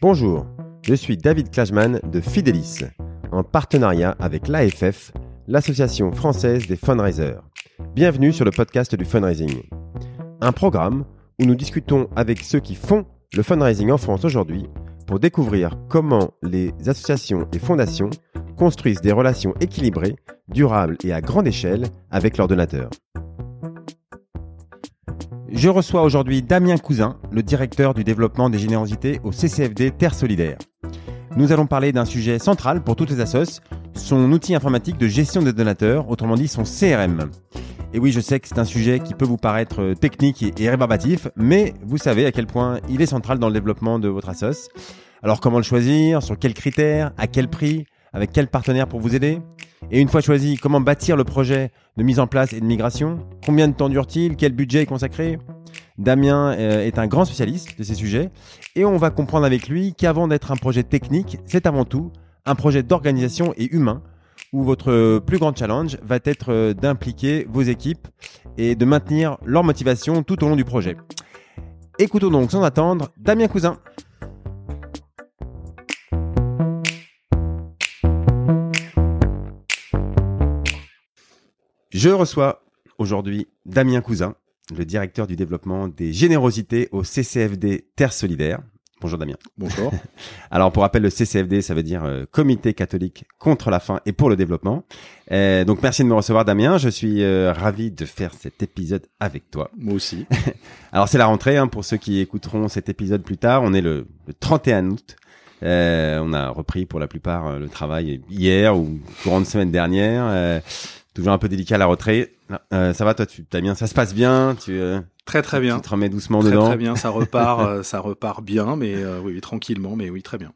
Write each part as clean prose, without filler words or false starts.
Bonjour, je suis David Klajman de Fidelis, en partenariat avec l'AFF, l'Association française des fundraisers. Bienvenue sur le podcast du fundraising. Un programme où nous discutons avec ceux qui font le fundraising en France aujourd'hui pour découvrir comment les associations et fondations construisent des relations équilibrées, durables et à grande échelle avec leurs donateurs. Je reçois aujourd'hui Damien Cousin, le directeur du développement des générosités au CCFD Terre Solidaire. Nous allons parler d'un sujet central pour toutes les assos, son outil informatique de gestion des donateurs, autrement dit son CRM. Et oui, je sais que c'est un sujet qui peut vous paraître technique et rébarbatif, mais vous savez à quel point il est central dans le développement de votre assos. Alors comment le choisir, sur quels critères, à quel prix, avec quel partenaire pour vous aider ? Et une fois choisi, comment bâtir le projet de mise en place et de migration ? Combien de temps dure-t-il ? Quel budget est consacré ? Damien est un grand spécialiste de ces sujets et on va comprendre avec lui qu'avant d'être un projet technique, c'est avant tout un projet d'organisation et humain où votre plus grand challenge va être d'impliquer vos équipes et de maintenir leur motivation tout au long du projet. Écoutons donc sans attendre Damien Cousin. Je reçois aujourd'hui Damien Cousin, le directeur du développement des générosités au CCFD Terre Solidaire. Bonjour Damien. Bonjour. Alors pour rappel, le CCFD, ça veut dire Comité catholique contre la faim et pour le développement. Donc merci de me recevoir Damien, je suis ravi de faire cet épisode avec toi. Moi aussi. Alors c'est la rentrée, pour ceux qui écouteront cet épisode plus tard, on est le 31 août. On a repris pour la plupart le travail hier ou courant de semaine dernière. Toujours un peu délicat la rentrée. Ça va toi, Damien, ça se passe bien, Très bien. Tu te remets doucement dedans. Très bien, ça repart bien, mais oui, tranquillement, mais oui, très bien.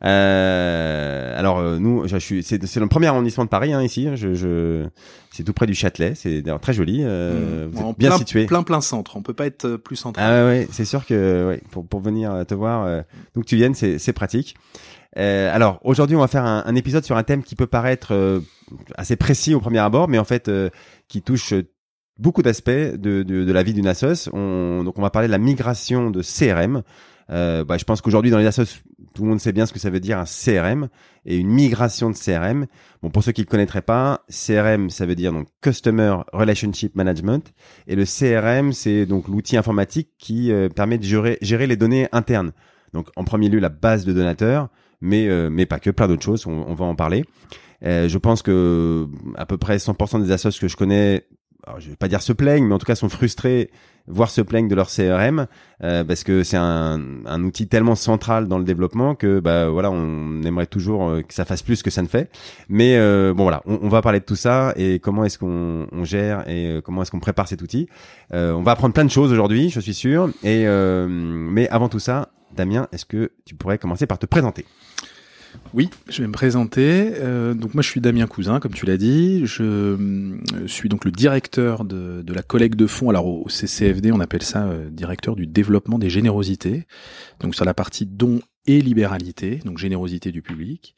Alors nous, c'est le premier arrondissement de Paris ici. C'est tout près du Châtelet. C'est d'ailleurs très joli. Vous êtes bien situé. Plein centre. On peut pas être plus central. Ah ouais, c'est sûr que pour venir te voir, donc tu viennes, c'est pratique. Alors aujourd'hui, on va faire un épisode sur un thème qui peut paraître assez précis au premier abord, mais en fait qui touche beaucoup d'aspects de la vie d'une assos. Donc on va parler de la migration de CRM. Je pense qu'aujourd'hui dans les assos, tout le monde sait bien ce que ça veut dire un CRM et une migration de CRM. Bon, pour ceux qui ne le connaîtraient pas, CRM ça veut dire donc Customer Relationship Management et le CRM c'est donc l'outil informatique qui permet de gérer les données internes. Donc en premier lieu la base de donateurs, mais pas que, plein d'autres choses. On va en parler. Je pense que à peu près 100% des assos que je connais, alors je vais pas dire se plaignent, mais en tout cas sont frustrés, voire se plaignent de leur CRM, parce que c'est un outil tellement central dans le développement que on aimerait toujours que ça fasse plus que ça ne fait. Mais on va parler de tout ça et comment est-ce qu'on gère et comment est-ce qu'on prépare cet outil. On va apprendre plein de choses aujourd'hui, je suis sûr. Mais avant tout ça, Damien, est-ce que tu pourrais commencer par te présenter ? Oui, je vais me présenter. Donc moi, je suis Damien Cousin, comme tu l'as dit. Je suis donc le directeur de la collecte de fonds. Alors au CCFD, on appelle ça directeur du développement des générosités. Donc sur la partie dons et libéralité, donc générosité du public.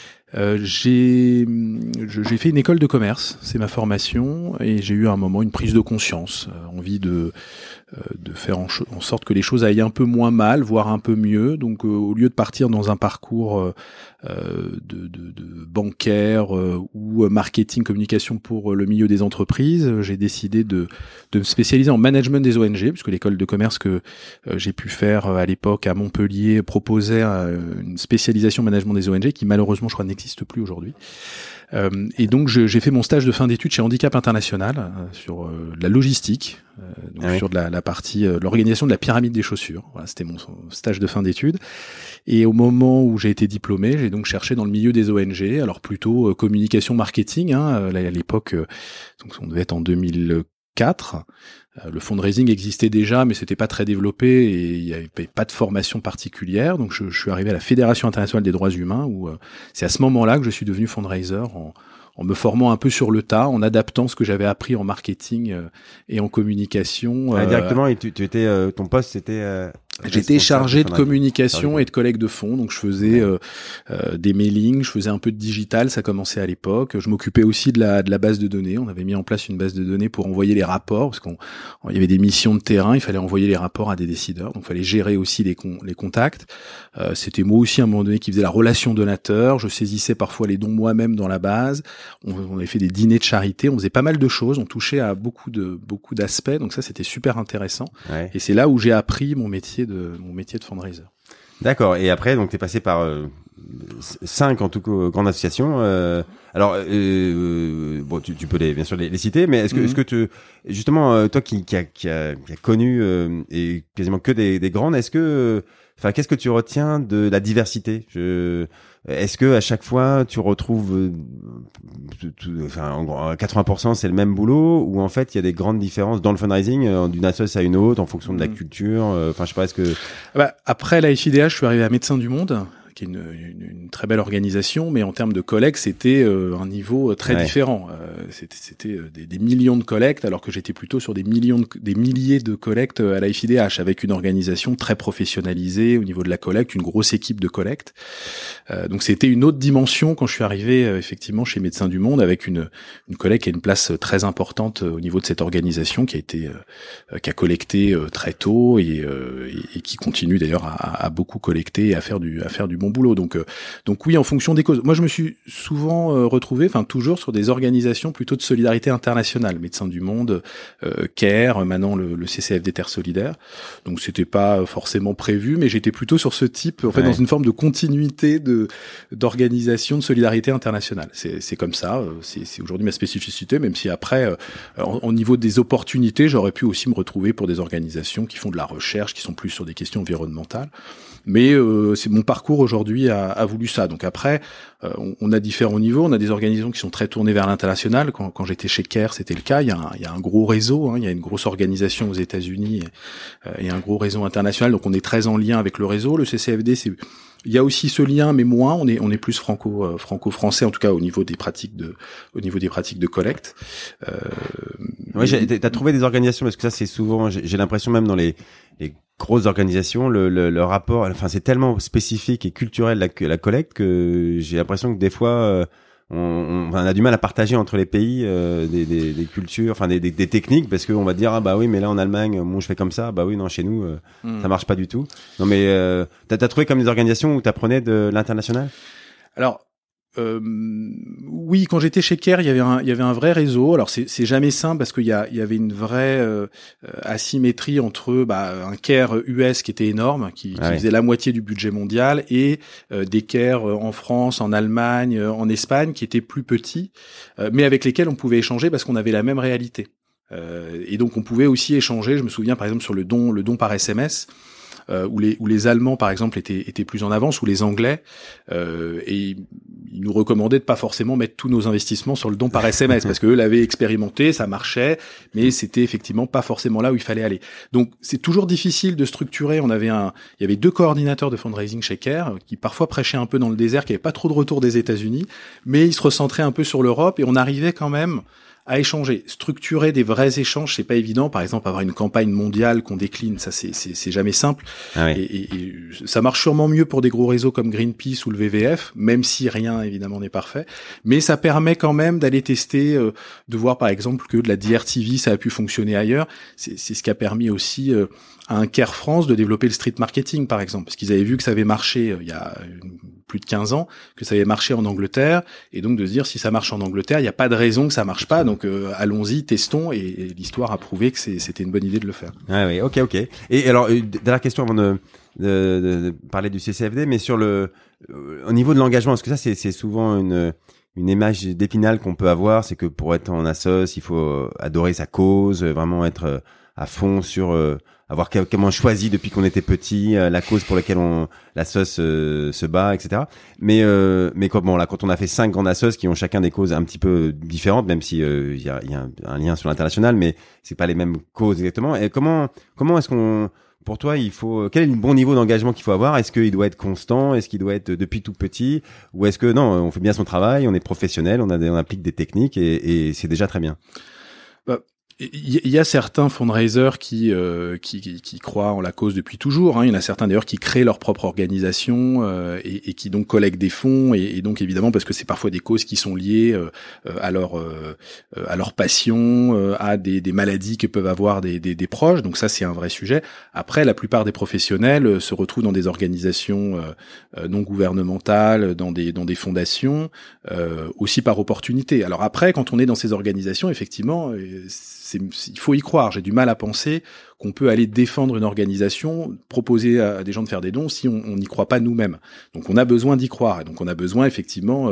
J'ai fait une école de commerce, c'est ma formation, et j'ai eu à un moment une prise de conscience, envie de faire en sorte que les choses aillent un peu moins mal, voire un peu mieux. Donc au lieu de partir dans un parcours de bancaire ou marketing, communication pour le milieu des entreprises, j'ai décidé de me spécialiser en management des ONG, puisque l'école de commerce que j'ai pu faire à l'époque à Montpellier proposait une spécialisation management des ONG qui malheureusement je crois n'existe plus aujourd'hui. Et donc j'ai fait mon stage de fin d'études chez Handicap International sur la logistique, sur de la partie l'organisation de la pyramide des chaussures. Voilà, c'était mon stage de fin d'études. Et au moment où j'ai été diplômé, j'ai donc cherché dans le milieu des ONG, alors plutôt communication marketing. À l'époque, donc on devait être en 2004. Le fundraising existait déjà, mais c'était pas très développé et il y avait pas de formation particulière. Donc je suis arrivé à la Fédération internationale des droits humains où c'est à ce moment-là que je suis devenu fundraiser en me formant un peu sur le tas, en adaptant ce que j'avais appris en marketing et en communication. Directement, et tu étais ton poste c'était J'étais chargé de communication et de collecte de fonds, donc je faisais des mailings, je faisais un peu de digital, ça commençait à l'époque. Je m'occupais aussi de la base de données. On avait mis en place une base de données pour envoyer les rapports, parce il y avait des missions de terrain, il fallait envoyer les rapports à des décideurs, donc il fallait gérer aussi les contacts. C'était moi aussi à un moment donné qui faisais la relation donateur. Je saisissais parfois les dons moi-même dans la base. On avait fait des dîners de charité, on faisait pas mal de choses, on touchait à beaucoup d'aspects, donc ça c'était super intéressant. Ouais. Et c'est là où j'ai appris mon métier de fundraiser. D'accord. Et après, donc, t'es passé par 5 en tout cas grandes associations. Alors, bon, tu peux bien sûr les citer, mais est-ce que justement, toi qui a connu et quasiment que des grandes, qu'est-ce que tu retiens de la diversité? Est-ce que à chaque fois tu retrouves, en gros, 80% c'est le même boulot, ou en fait il y a des grandes différences dans le fundraising d'une association à une autre en fonction de la culture? Je sais pas, est-ce que après la FIDH, je suis arrivé à Médecins du Monde, qui est une très belle organisation, mais en termes de collecte, c'était un niveau très différent. C'était des millions de collectes, alors que j'étais plutôt sur des milliers de collectes à la FIDH, avec une organisation très professionnalisée au niveau de la collecte, une grosse équipe de collecte. Donc c'était une autre dimension quand je suis arrivé effectivement chez Médecins du Monde, avec une collecte qui a une place très importante au niveau de cette organisation, qui a collecté très tôt et qui continue d'ailleurs à beaucoup collecter et à faire du bon boulot. Donc oui, en fonction des causes. Moi, je me suis souvent retrouvé, toujours sur des organisations plutôt de solidarité internationale. Médecins du Monde, CARE, maintenant le CCFD Terre Solidaire. Donc c'était pas forcément prévu, mais j'étais plutôt sur ce type, dans une forme de continuité d'organisation de solidarité internationale. C'est comme ça. C'est aujourd'hui ma spécificité, même si après, au niveau des opportunités, j'aurais pu aussi me retrouver pour des organisations qui font de la recherche, qui sont plus sur des questions environnementales. Mais c'est mon parcours aujourd'hui a voulu ça. Donc après, on a différents niveaux. On a des organisations qui sont très tournées vers l'international. Quand j'étais chez CARE, c'était le cas. Il y a un gros réseau. Il y a une grosse organisation aux États-Unis et un gros réseau international. Donc on est très en lien avec le réseau. Le CCFD, il y a aussi ce lien, mais moins. On est plus franco-français, en tout cas au niveau des pratiques de collecte. Oui, t'as trouvé des organisations, parce que ça c'est souvent, j'ai l'impression même dans les grosses organisations, le rapport, c'est tellement spécifique et culturel la collecte, que j'ai l'impression que des fois on a du mal à partager entre les pays des cultures, des techniques, parce qu'on va dire ah bah oui, mais là en Allemagne moi je fais comme ça, bah oui non, chez nous ça marche pas du tout. Non mais t'as trouvé comme des organisations où t'apprenais de l'international? Alors oui, quand j'étais chez CARE, il y avait un vrai réseau. Alors c'est jamais simple, parce qu'il y avait une vraie asymétrie entre un CARE US qui était énorme, qui faisait la moitié du budget mondial, et des CARE en France, en Allemagne, en Espagne, qui étaient plus petits, mais avec lesquels on pouvait échanger parce qu'on avait la même réalité. Et donc on pouvait aussi échanger. Je me souviens par exemple sur le don par SMS. Où les Allemands par exemple étaient plus en avance, ou les Anglais, et ils nous recommandaient de pas forcément mettre tous nos investissements sur le don par SMS, parce que eux l'avaient expérimenté, ça marchait, mais c'était effectivement pas forcément là où il fallait aller. Donc c'est toujours difficile de structurer. Il y avait 2 coordinateurs de fundraising chez CARE qui parfois prêchaient un peu dans le désert, qui avait pas trop de retour des États-Unis, mais ils se recentraient un peu sur l'Europe, et on arrivait quand même à échanger. Structurer des vrais échanges, c'est pas évident. Par exemple, avoir une campagne mondiale qu'on décline, ça c'est jamais simple. Et ça marche sûrement mieux pour des gros réseaux comme Greenpeace ou le WWF, même si rien évidemment n'est parfait. Mais ça permet quand même d'aller tester, de voir par exemple que de la DRTV, ça a pu fonctionner ailleurs. C'est ce qui a permis aussi à un CARE France de développer le street marketing, par exemple, parce qu'ils avaient vu que ça avait marché il y a plus de 15 ans, que ça avait marché en Angleterre, et donc de se dire si ça marche en Angleterre, il n'y a pas de raison que ça marche pas, donc allons-y, testons, et l'histoire a prouvé que c'était une bonne idée de le faire. Ah oui, ok. Et alors, dernière question avant de parler du CCFD, mais sur au niveau de l'engagement, parce que ça c'est souvent une image d'Épinal qu'on peut avoir, c'est que pour être en assoce, il faut adorer sa cause, vraiment être à fond sur avoir comment choisi depuis qu'on était petit la cause pour laquelle l'assoce se bat, etc. Mais quand on a fait 5 grandes assos qui ont chacun des causes un petit peu différentes, même si il y a un lien sur l'international, mais c'est pas les mêmes causes exactement. Et comment est-ce qu'on, pour toi, quel est le bon niveau d'engagement qu'il faut avoir? Est-ce qu'il doit être constant? Est-ce qu'il doit être depuis tout petit? Ou est-ce que non, on fait bien son travail, on est professionnel, on applique des techniques et c'est déjà très bien? Il y a certains fundraisers qui croient en la cause depuis toujours. Il y en a certains d'ailleurs qui créent leur propre organisation et qui donc collectent des fonds et donc évidemment parce que c'est parfois des causes qui sont liées à leur passion, à des maladies que peuvent avoir des proches. Donc ça c'est un vrai sujet. Après la plupart des professionnels se retrouvent dans des organisations non gouvernementales, dans des fondations, aussi par opportunité. Alors après quand on est dans ces organisations effectivement il faut y croire. J'ai du mal à penser qu'on peut aller défendre une organisation, proposer à des gens de faire des dons si on n'y croit pas nous-mêmes. Donc on a besoin d'y croire. Et donc on a besoin effectivement,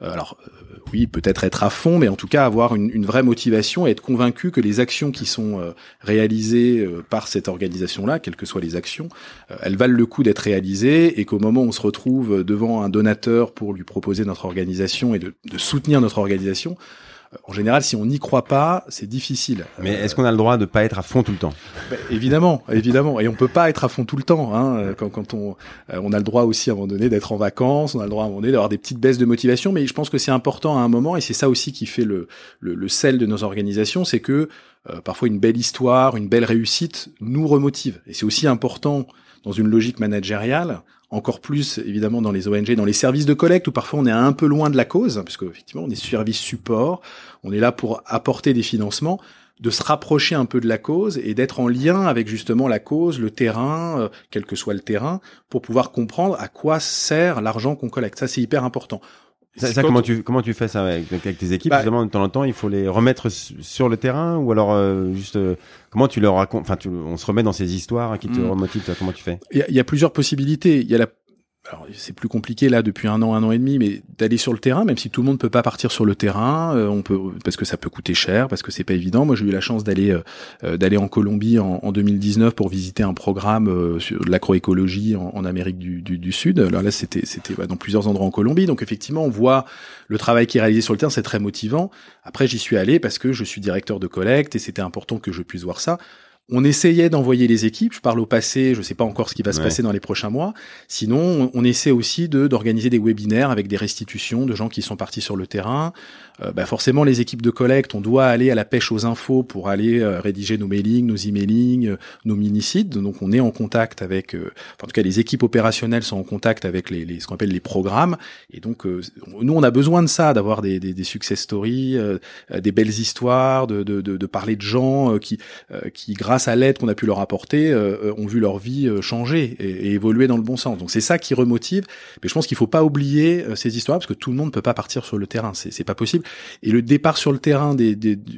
oui, peut-être être à fond, mais en tout cas avoir une vraie motivation et être convaincu que les actions qui sont réalisées par cette organisation-là, quelles que soient les actions, elles valent le coup d'être réalisées et qu'au moment où on se retrouve devant un donateur pour lui proposer notre organisation et de soutenir notre organisation, en général, si on n'y croit pas, c'est difficile. Mais est-ce qu'on a le droit de pas être à fond tout le temps ? Évidemment. Et on peut pas être à fond tout le temps. Quand on a le droit aussi à un moment donné d'être en vacances, on a le droit à un moment donné d'avoir des petites baisses de motivation. Mais je pense que c'est important à un moment, et c'est ça aussi qui fait le sel de nos organisations, c'est que parfois une belle histoire, une belle réussite nous remotive. Et c'est aussi important dans une logique managériale. Encore plus, évidemment, dans les ONG, dans les services de collecte, où parfois on est un peu loin de la cause, puisque effectivement, on est service support, on est là pour apporter des financements, de se rapprocher un peu de la cause et d'être en lien avec justement la cause, le terrain, quel que soit le terrain, pour pouvoir comprendre à quoi sert l'argent qu'on collecte. Ça, c'est hyper important. Comment tu fais ça avec tes équipes justement de temps en temps il faut les remettre sur le terrain ou alors comment tu leur racontes on se remet dans ces histoires qui te remotivent, toi, comment tu fais? Il y a plusieurs possibilités. Alors c'est plus compliqué là depuis un an et demi, mais d'aller sur le terrain, même si tout le monde peut pas partir sur le terrain, parce que ça peut coûter cher, parce que c'est pas évident. Moi j'ai eu la chance d'aller en Colombie en 2019 pour visiter un programme sur l'agroécologie en Amérique du Sud. Alors là c'était dans plusieurs endroits en Colombie, donc effectivement on voit le travail qui est réalisé sur le terrain, c'est très motivant. Après j'y suis allé parce que je suis directeur de collecte et c'était important que je puisse voir ça. On essayait d'envoyer les équipes, je parle au passé, je sais pas encore ce qui va se passer dans les prochains mois. Sinon, on essaie aussi d'organiser des webinaires avec des restitutions de gens qui sont partis sur le terrain. Forcément, les équipes de collecte, on doit aller à la pêche aux infos pour aller rédiger nos mailings, nos emailing, nos mini-sites. Donc, on est en contact avec, en tout cas, les équipes opérationnelles sont en contact avec ce qu'on appelle les programmes. Et donc, nous, on a besoin de ça, d'avoir des success stories, des belles histoires, de parler de gens qui grâce à l'aide qu'on a pu leur apporter, ont vu leur vie changer et évoluer dans le bon sens. Donc c'est ça qui remotive. Mais je pense qu'il faut pas oublier ces histoires parce que tout le monde peut pas partir sur le terrain, c'est pas possible. Et le départ sur le terrain des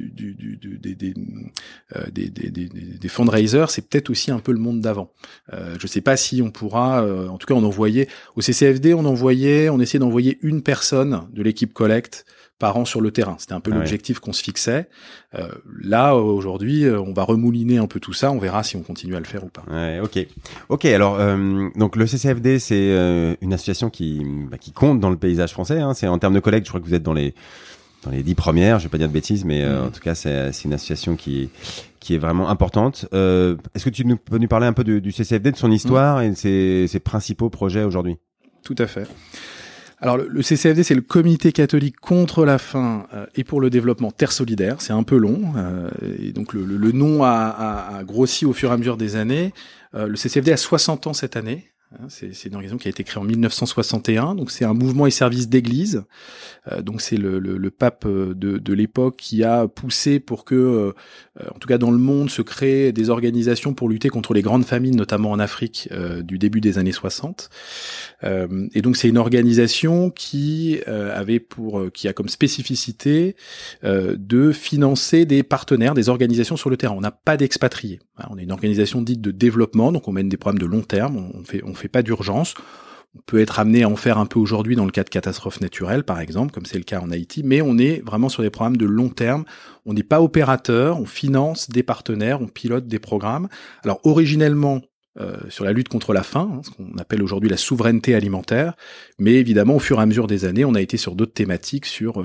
fundraisers, c'est peut-être aussi un peu le monde d'avant. Je sais pas si on pourra, en tout cas on envoyait au CCFD, on essayait d'envoyer une personne de l'équipe collecte par an sur le terrain. C'était un peu l'objectif qu'on se fixait. Là, aujourd'hui, on va remouliner un peu tout ça. On verra si on continue à le faire ou pas. Ouais, ok. Alors, donc le CCFD, c'est une association qui compte dans le paysage français. C'est en termes de collecte, je crois que vous êtes dans les 10 premières. Je vais pas dire de bêtises, mais en tout cas, c'est une association qui est vraiment importante. Est-ce que tu peux nous parler un peu du CCFD, de son histoire et de ses principaux projets aujourd'hui? Tout à fait. Alors le CCFD, c'est le Comité catholique contre la faim et pour le développement Terre solidaire. C'est un peu long, et donc le nom a grossi au fur et à mesure des années. Le CCFD a 60 ans cette année. C'est une organisation qui a été créée en 1961, donc c'est un mouvement et service d'église. Donc c'est le pape de l'époque qui a poussé pour que, en tout cas dans le monde, se créent des organisations pour lutter contre les grandes famines, notamment en Afrique, du début des années 60. Et donc c'est une organisation qui a comme spécificité de financer des partenaires, des organisations sur le terrain. On n'a pas d'expatriés. On est une organisation dite de développement, donc on mène des programmes de long terme. On fait pas d'urgence. On peut être amené à en faire un peu aujourd'hui dans le cas de catastrophes naturelles, par exemple, comme c'est le cas en Haïti, mais on est vraiment sur des programmes de long terme. On n'est pas opérateur, on finance des partenaires, on pilote des programmes. Alors originellement, sur la lutte contre la faim, ce qu'on appelle aujourd'hui la souveraineté alimentaire. Mais évidemment, au fur et à mesure des années, on a été sur d'autres thématiques, sur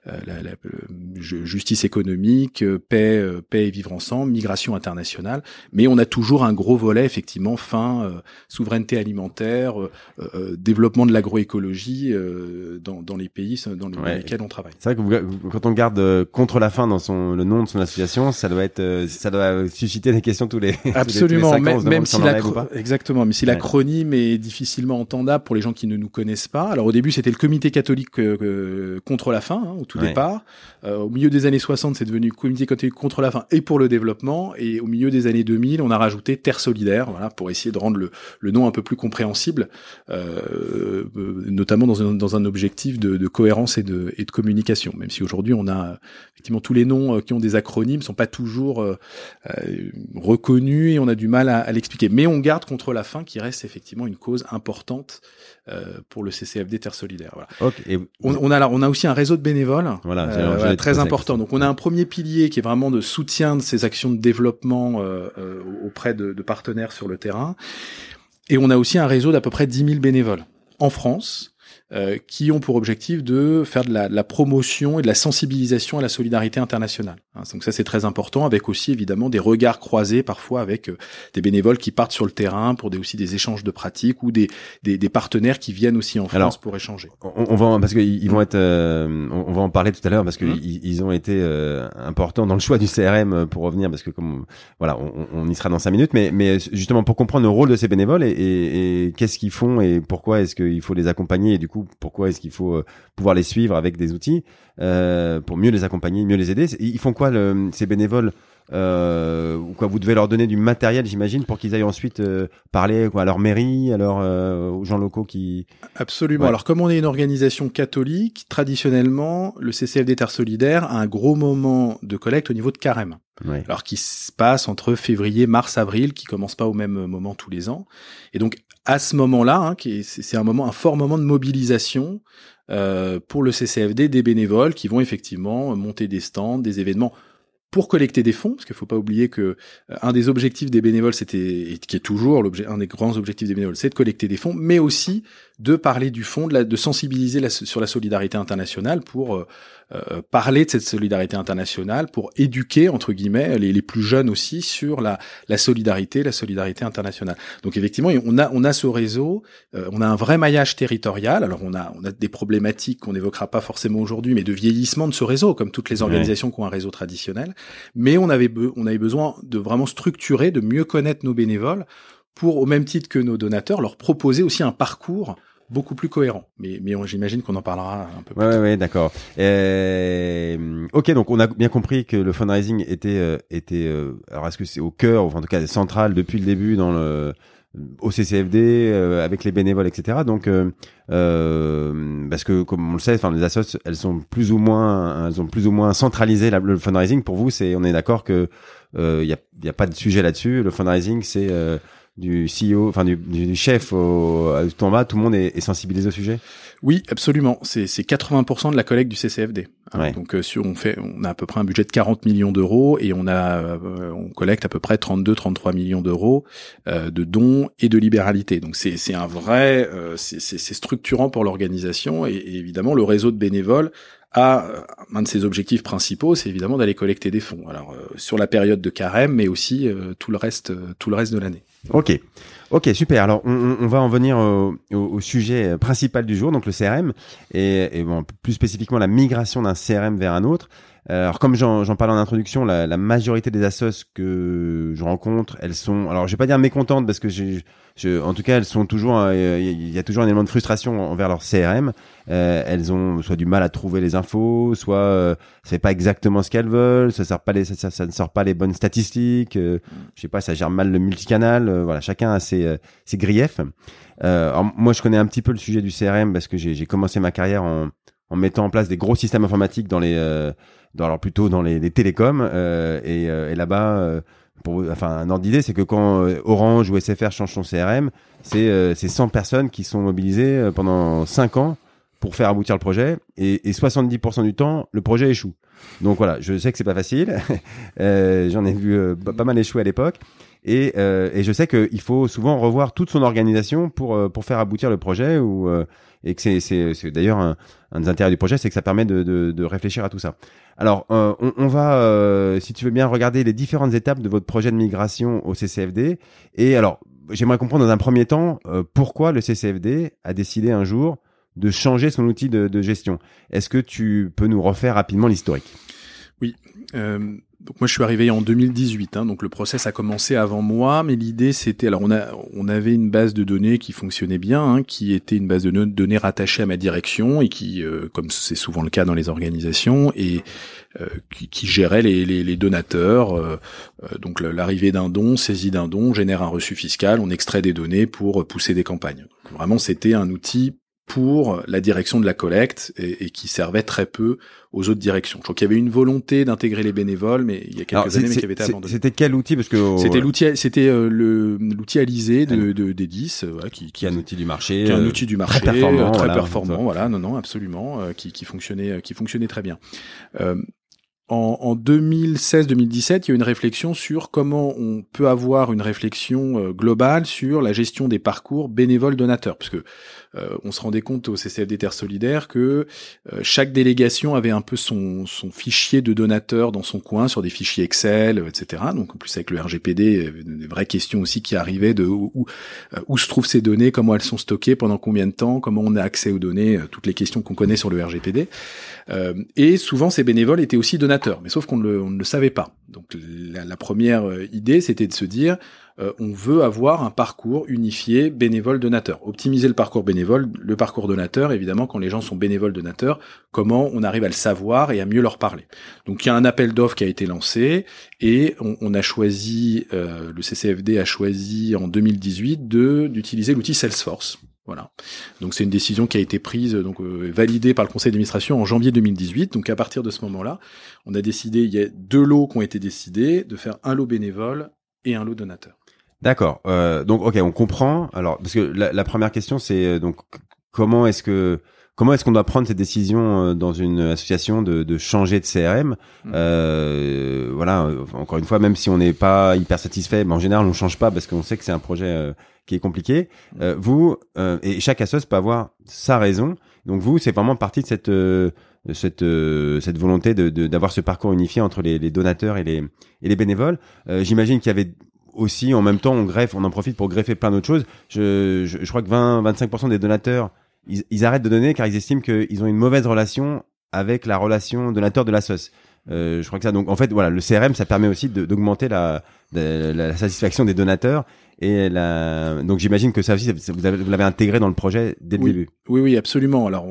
justice économique, paix et vivre ensemble, migration internationale. Mais on a toujours un gros volet, effectivement, faim, souveraineté alimentaire, développement de l'agroécologie dans les pays dans lesquels on travaille. C'est vrai que quand on garde contre la faim dans le nom de son association, ça doit susciter des questions tous les absolument, tous les 5 ans, même si exactement, mais si l'acronyme est difficilement entendable pour les gens qui ne nous connaissent pas. Alors au début, c'était le Comité catholique contre la faim, au tout départ. Au milieu des années 60, c'est devenu Comité catholique contre la faim et pour le développement. Et au milieu des années 2000, on a rajouté Terre solidaire, voilà, pour essayer de rendre le nom un peu plus compréhensible, notamment dans un objectif de cohérence et de communication. Même si aujourd'hui, on a effectivement tous les noms qui ont des acronymes sont pas toujours reconnus et on a du mal à l'expliquer. Mais on garde contre la faim qui reste effectivement une cause importante pour le CCFD Terre solidaire. Voilà. Okay. On a aussi un réseau de bénévoles très important. Donc on a un premier pilier qui est vraiment de soutien de ces actions de développement auprès de partenaires sur le terrain. Et on a aussi un réseau d'à peu près 10 000 bénévoles en France qui ont pour objectif de faire de la promotion et de la sensibilisation à la solidarité internationale. Donc ça, c'est très important, avec aussi évidemment des regards croisés parfois avec des bénévoles qui partent sur le terrain pour aussi des échanges de pratiques ou des partenaires qui viennent aussi en France pour échanger. On va parce que ils vont être, on va en parler tout à l'heure parce que ils ont été importants dans le choix du CRM pour revenir parce que comme voilà, on y sera dans 5 minutes, mais justement pour comprendre le rôle de ces bénévoles et qu'est-ce qu'ils font et pourquoi est-ce qu'il faut les accompagner et du coup pourquoi est-ce qu'il faut pouvoir les suivre avec des outils pour mieux les accompagner, mieux les aider. Ils font quoi ces bénévoles ou quoi, vous devez leur donner du matériel, j'imagine, pour qu'ils aillent ensuite parler à leur mairie, aux gens locaux qui... Absolument. Ouais. Alors, comme on est une organisation catholique, traditionnellement, le CCFD Terre solidaire a un gros moment de collecte au niveau de carême. Ouais. Alors, qui se passe entre février, mars, avril, qui commence pas au même moment tous les ans. Et donc, à ce moment-là, c'est un fort moment de mobilisation pour le CCFD des bénévoles qui vont effectivement monter des stands, des événements pour collecter des fonds, parce qu'il faut pas oublier que un des objectifs des bénévoles, et qui est toujours un des grands objectifs des bénévoles, c'est de collecter des fonds, mais aussi de parler du fond, de sensibiliser sur la solidarité internationale pour parler de cette solidarité internationale, pour éduquer entre guillemets les plus jeunes aussi sur la solidarité internationale. Donc effectivement, on a ce réseau, on a un vrai maillage territorial. Alors on a des problématiques qu'on n'évoquera pas forcément aujourd'hui, mais de vieillissement de ce réseau, comme toutes les organisations qui ont un réseau traditionnel. Mais on avait besoin de vraiment structurer, de mieux connaître nos bénévoles pour, au même titre que nos donateurs, leur proposer aussi un parcours beaucoup plus cohérent. Mais j'imagine qu'on en parlera un peu plus tard. Ouais, d'accord. Ok, donc on a bien compris que le fundraising était alors est-ce que c'est au cœur, enfin en tout cas central depuis le début au CCFD avec les bénévoles, etc. Donc parce que comme on le sait, enfin les assos elles ont plus ou moins centralisé le fundraising. Pour vous, on est d'accord que il y a pas de sujet là-dessus. Le fundraising, c'est du CEO, enfin du chef tout en bas, tout le monde est sensibilisé au sujet. Oui, absolument. C'est 80% de la collecte du CCFD. Ouais. Donc on a à peu près un budget de 40 millions d'euros et on collecte à peu près 32-33 millions d'euros de dons et de libéralité. Donc c'est un vrai c'est structurant pour l'organisation et évidemment le réseau de bénévoles a un de ses objectifs principaux, c'est évidemment d'aller collecter des fonds. Alors sur la période de carême, mais aussi tout le reste de l'année. Ok, super. Alors on va en venir au sujet principal du jour, donc le CRM et bon, plus spécifiquement la migration d'un CRM vers un autre. Alors comme j'en parlais en introduction, la majorité des assos que je rencontre, elles sont, alors je vais pas dire mécontentes parce que en tout cas elles sont toujours, il y a toujours un élément de frustration envers leur CRM. Elles ont soit du mal à trouver les infos, soit ça fait pas exactement ce qu'elles veulent, ça ne sort pas les bonnes statistiques, je sais pas, ça gère mal le multicanal, voilà, chacun a ses griefs. Alors moi je connais un petit peu le sujet du CRM parce que j'ai commencé ma carrière en mettant en place des gros systèmes informatiques dans les télécoms et là-bas un ordre d'idée, c'est que quand Orange ou SFR change son CRM, c'est 100 personnes qui sont mobilisées pendant 5 ans pour faire aboutir le projet, et 70% du temps, le projet échoue. Donc voilà, je sais que c'est pas facile. J'en ai vu pas mal échouer à l'époque. Et je sais qu'il faut souvent revoir toute son organisation pour faire aboutir le projet, et que c'est d'ailleurs un des intérêts du projet, c'est que ça permet de réfléchir à tout ça. Alors, on va, si tu veux bien, regarder les différentes étapes de votre projet de migration au CCFD. Et alors, j'aimerais comprendre dans un premier temps pourquoi le CCFD a décidé un jour de changer son outil de gestion. Est-ce que tu peux nous refaire rapidement l'historique? Oui. Donc moi je suis arrivé en 2018, donc le process a commencé avant moi, mais l'idée c'était, alors on avait une base de données qui fonctionnait bien, qui était une base de données rattachée à ma direction et qui, comme c'est souvent le cas dans les organisations, et qui gérait les donateurs. Donc l'arrivée d'un don, saisie d'un don, génère un reçu fiscal, on extrait des données pour pousser des campagnes. Donc, vraiment c'était un outil pour la direction de la collecte et qui servait très peu aux autres directions. Je crois qu'il y avait une volonté d'intégrer les bénévoles, mais il y a quelques années, mais qui avait été abandonné. C'était quel outil? Parce que c'était l'outil Alizé d'Edis, qui est un outil du marché, très performant, voilà, non, absolument, qui fonctionnait très bien. En 2016-2017, il y a eu une réflexion sur comment on peut avoir une réflexion globale sur la gestion des parcours bénévoles donateurs, parce que on se rendait compte au CCFD Terre Solidaire que chaque délégation avait un peu son fichier de donateurs dans son coin sur des fichiers Excel, etc. Donc en plus avec le RGPD, des vraies questions aussi qui arrivaient de où se trouvent ces données, comment elles sont stockées, pendant combien de temps, comment on a accès aux données, toutes les questions qu'on connaît sur le RGPD. Et souvent ces bénévoles étaient aussi donateurs, mais sauf qu'on ne le savait pas. Donc la première idée, c'était de se dire on veut avoir un parcours unifié bénévole-donateur. Optimiser le parcours bénévole, le parcours donateur, évidemment, quand les gens sont bénévoles donateurs, comment on arrive à le savoir et à mieux leur parler. Donc il y a un appel d'offres qui a été lancé et on a choisi, le CCFD a choisi en 2018 d'utiliser l'outil Salesforce. Voilà. Donc c'est une décision qui a été prise, validée par le conseil d'administration en janvier 2018. Donc à partir de ce moment-là, on a décidé, il y a 2 lots qui ont été décidés, de faire un lot bénévole et un lot donateur. D'accord. Donc ok, on comprend. Alors parce que la première question c'est donc comment est-ce qu'on doit prendre cette décision dans une association de changer de CRM? Voilà, encore une fois, même si on n'est pas hyper satisfait, mais en général on change pas parce qu'on sait que c'est un projet qui est compliqué. Vous et chaque assoce peut avoir sa raison. Donc vous, c'est vraiment partie de cette volonté d'avoir ce parcours unifié entre les donateurs et les bénévoles. J'imagine qu'il y avait aussi en même temps on en profite pour greffer plein d'autres choses. Je crois que 20-25% des donateurs ils arrêtent de donner car ils estiment qu'ils ont une mauvaise relation avec la relation donateur de la SOS. Je crois que ça. Donc en fait voilà, le CRM ça permet aussi d'augmenter la satisfaction des donateurs et donc j'imagine que ça aussi vous l'avez intégré dans le projet dès le début. Oui, absolument. Alors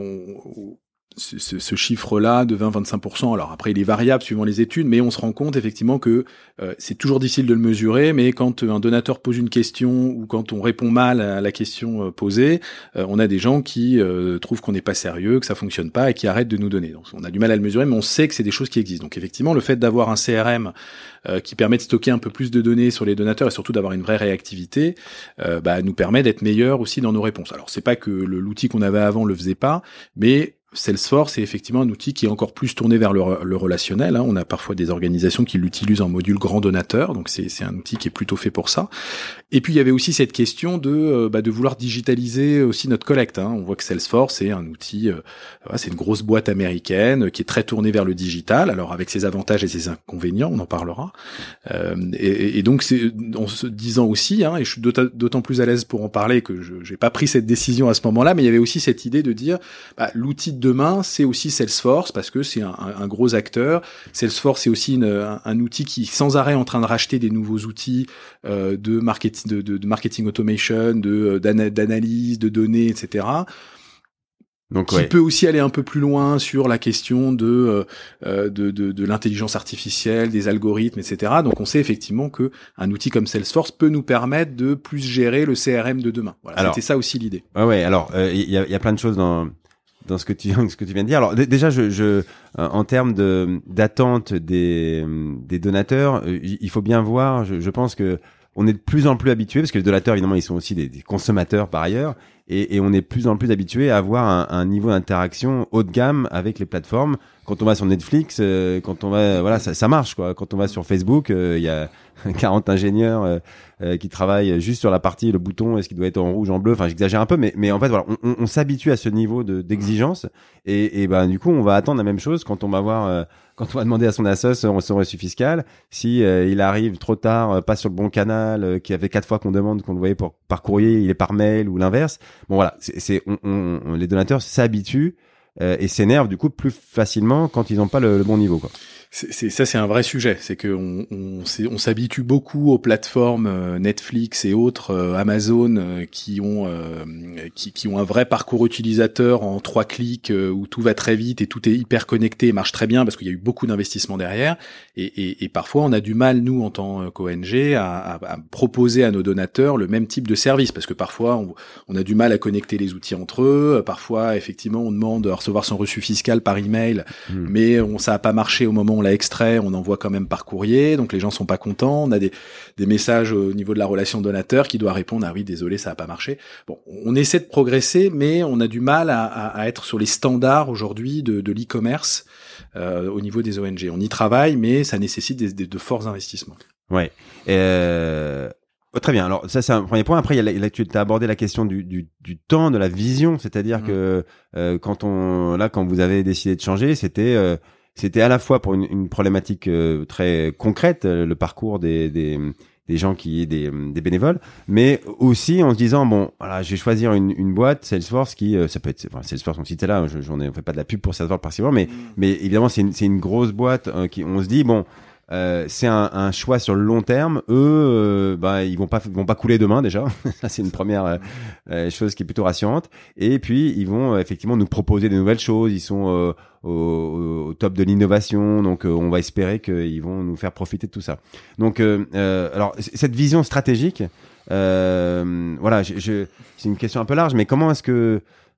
ce chiffre-là de 20-25%, alors après il est variable suivant les études, mais on se rend compte effectivement que c'est toujours difficile de le mesurer, mais quand un donateur pose une question ou quand on répond mal à la question posée, on a des gens qui trouvent qu'on n'est pas sérieux, que ça fonctionne pas et qui arrêtent de nous donner. Donc on a du mal à le mesurer, mais on sait que c'est des choses qui existent. Donc effectivement, le fait d'avoir un CRM qui permet de stocker un peu plus de données sur les donateurs et surtout d'avoir une vraie réactivité, nous permet d'être meilleur aussi dans nos réponses. Alors c'est pas que l'outil qu'on avait avant le faisait pas, mais Salesforce est effectivement un outil qui est encore plus tourné vers le relationnel. On a parfois des organisations qui l'utilisent en module grand donateur, donc c'est un outil qui est plutôt fait pour ça. Et puis il y avait aussi cette question de vouloir digitaliser aussi notre collecte. On voit que Salesforce est un outil, c'est une grosse boîte américaine qui est très tournée vers le digital. Alors avec ses avantages et ses inconvénients, on en parlera. Et donc c'est en se disant aussi, et je suis d'autant plus à l'aise pour en parler que j'ai pas pris cette décision à ce moment-là, mais il y avait aussi cette idée de dire l'outil de demain, c'est aussi Salesforce parce que c'est un gros acteur. Salesforce, c'est aussi un outil qui est sans arrêt en train de racheter des nouveaux outils de marketing automation, d'analyse de données, etc. Donc, qui peut aussi aller un peu plus loin sur la question de l'intelligence artificielle, des algorithmes, etc. Donc on sait effectivement que un outil comme Salesforce peut nous permettre de plus gérer le CRM de demain. Voilà, c'était ça aussi l'idée. Ouais. Alors il y a plein de choses dans ce que tu viens de dire. Alors déjà, en termes d'attente des donateurs, il faut bien voir. Je pense que on est de plus en plus habitué parce que les donateurs, évidemment, ils sont aussi des consommateurs par ailleurs. et on est plus en plus habitué à avoir un niveau d'interaction haut de gamme avec les plateformes. Quand on va sur Netflix, quand on va, voilà, ça marche, quoi. Quand on va sur Facebook, il y a 40 ingénieurs qui travaillent juste sur la partie, le bouton, est-ce qu'il doit être en rouge, en bleu. Enfin, j'exagère un peu, mais en fait, voilà, on s'habitue à ce niveau d'exigence, et ben du coup, on va attendre la même chose quand on va voir. Quand on va demander à son assos son reçu fiscal, si il arrive trop tard, pas sur le bon canal, qui avait 4 fois qu'on demande, qu'on le voyait par courrier, il est par mail ou l'inverse. Bon voilà, les donateurs s'habituent et s'énervent du coup plus facilement quand ils n'ont pas le bon niveau, quoi. C'est un vrai sujet. C'est que on s'habitue beaucoup aux plateformes Netflix et autres, Amazon, qui ont un vrai parcours utilisateur en 3 clics, où tout va très vite et tout est hyper connecté et marche très bien parce qu'il y a eu beaucoup d'investissements derrière. Et parfois, on a du mal, nous, en tant qu'ONG, à proposer à nos donateurs le même type de service, parce que parfois, on a du mal à connecter les outils entre eux. Parfois, effectivement, on demande à recevoir son reçu fiscal par email, mais ça a pas marché au moment où on l'a extrait, on envoie quand même par courrier, donc les gens sont pas contents. On a des messages au niveau de la relation donateur qui doit répondre, ah oui, désolé, ça a pas marché. Bon, on essaie de progresser, mais on a du mal à être sur les standards aujourd'hui de l'e-commerce au niveau des ONG. On y travaille, mais ça nécessite de forts investissements. Ouais. Très bien. Alors ça, c'est un premier point. Après, tu as abordé la question du temps, de la vision, c'est-à-dire que quand vous avez décidé de changer, c'était à la fois pour une problématique très concrète, le parcours des gens des bénévoles, mais aussi en se disant bon, voilà, je vais choisir une boîte Salesforce qui ça peut être, enfin, Salesforce, on citait là, on fait pas de la pub pour Salesforce particulièrement, mais évidemment c'est une grosse boîte qui, on se dit bon, c'est un choix sur le long terme. Eux, ils vont pas couler demain déjà. Ça, c'est une première chose qui est plutôt rassurante. Et puis, ils vont effectivement nous proposer des nouvelles choses. Ils sont au top de l'innovation. Donc, on va espérer qu'ils vont nous faire profiter de tout ça. Donc, alors, cette vision stratégique, voilà, c'est une question un peu large, mais comment est-ce que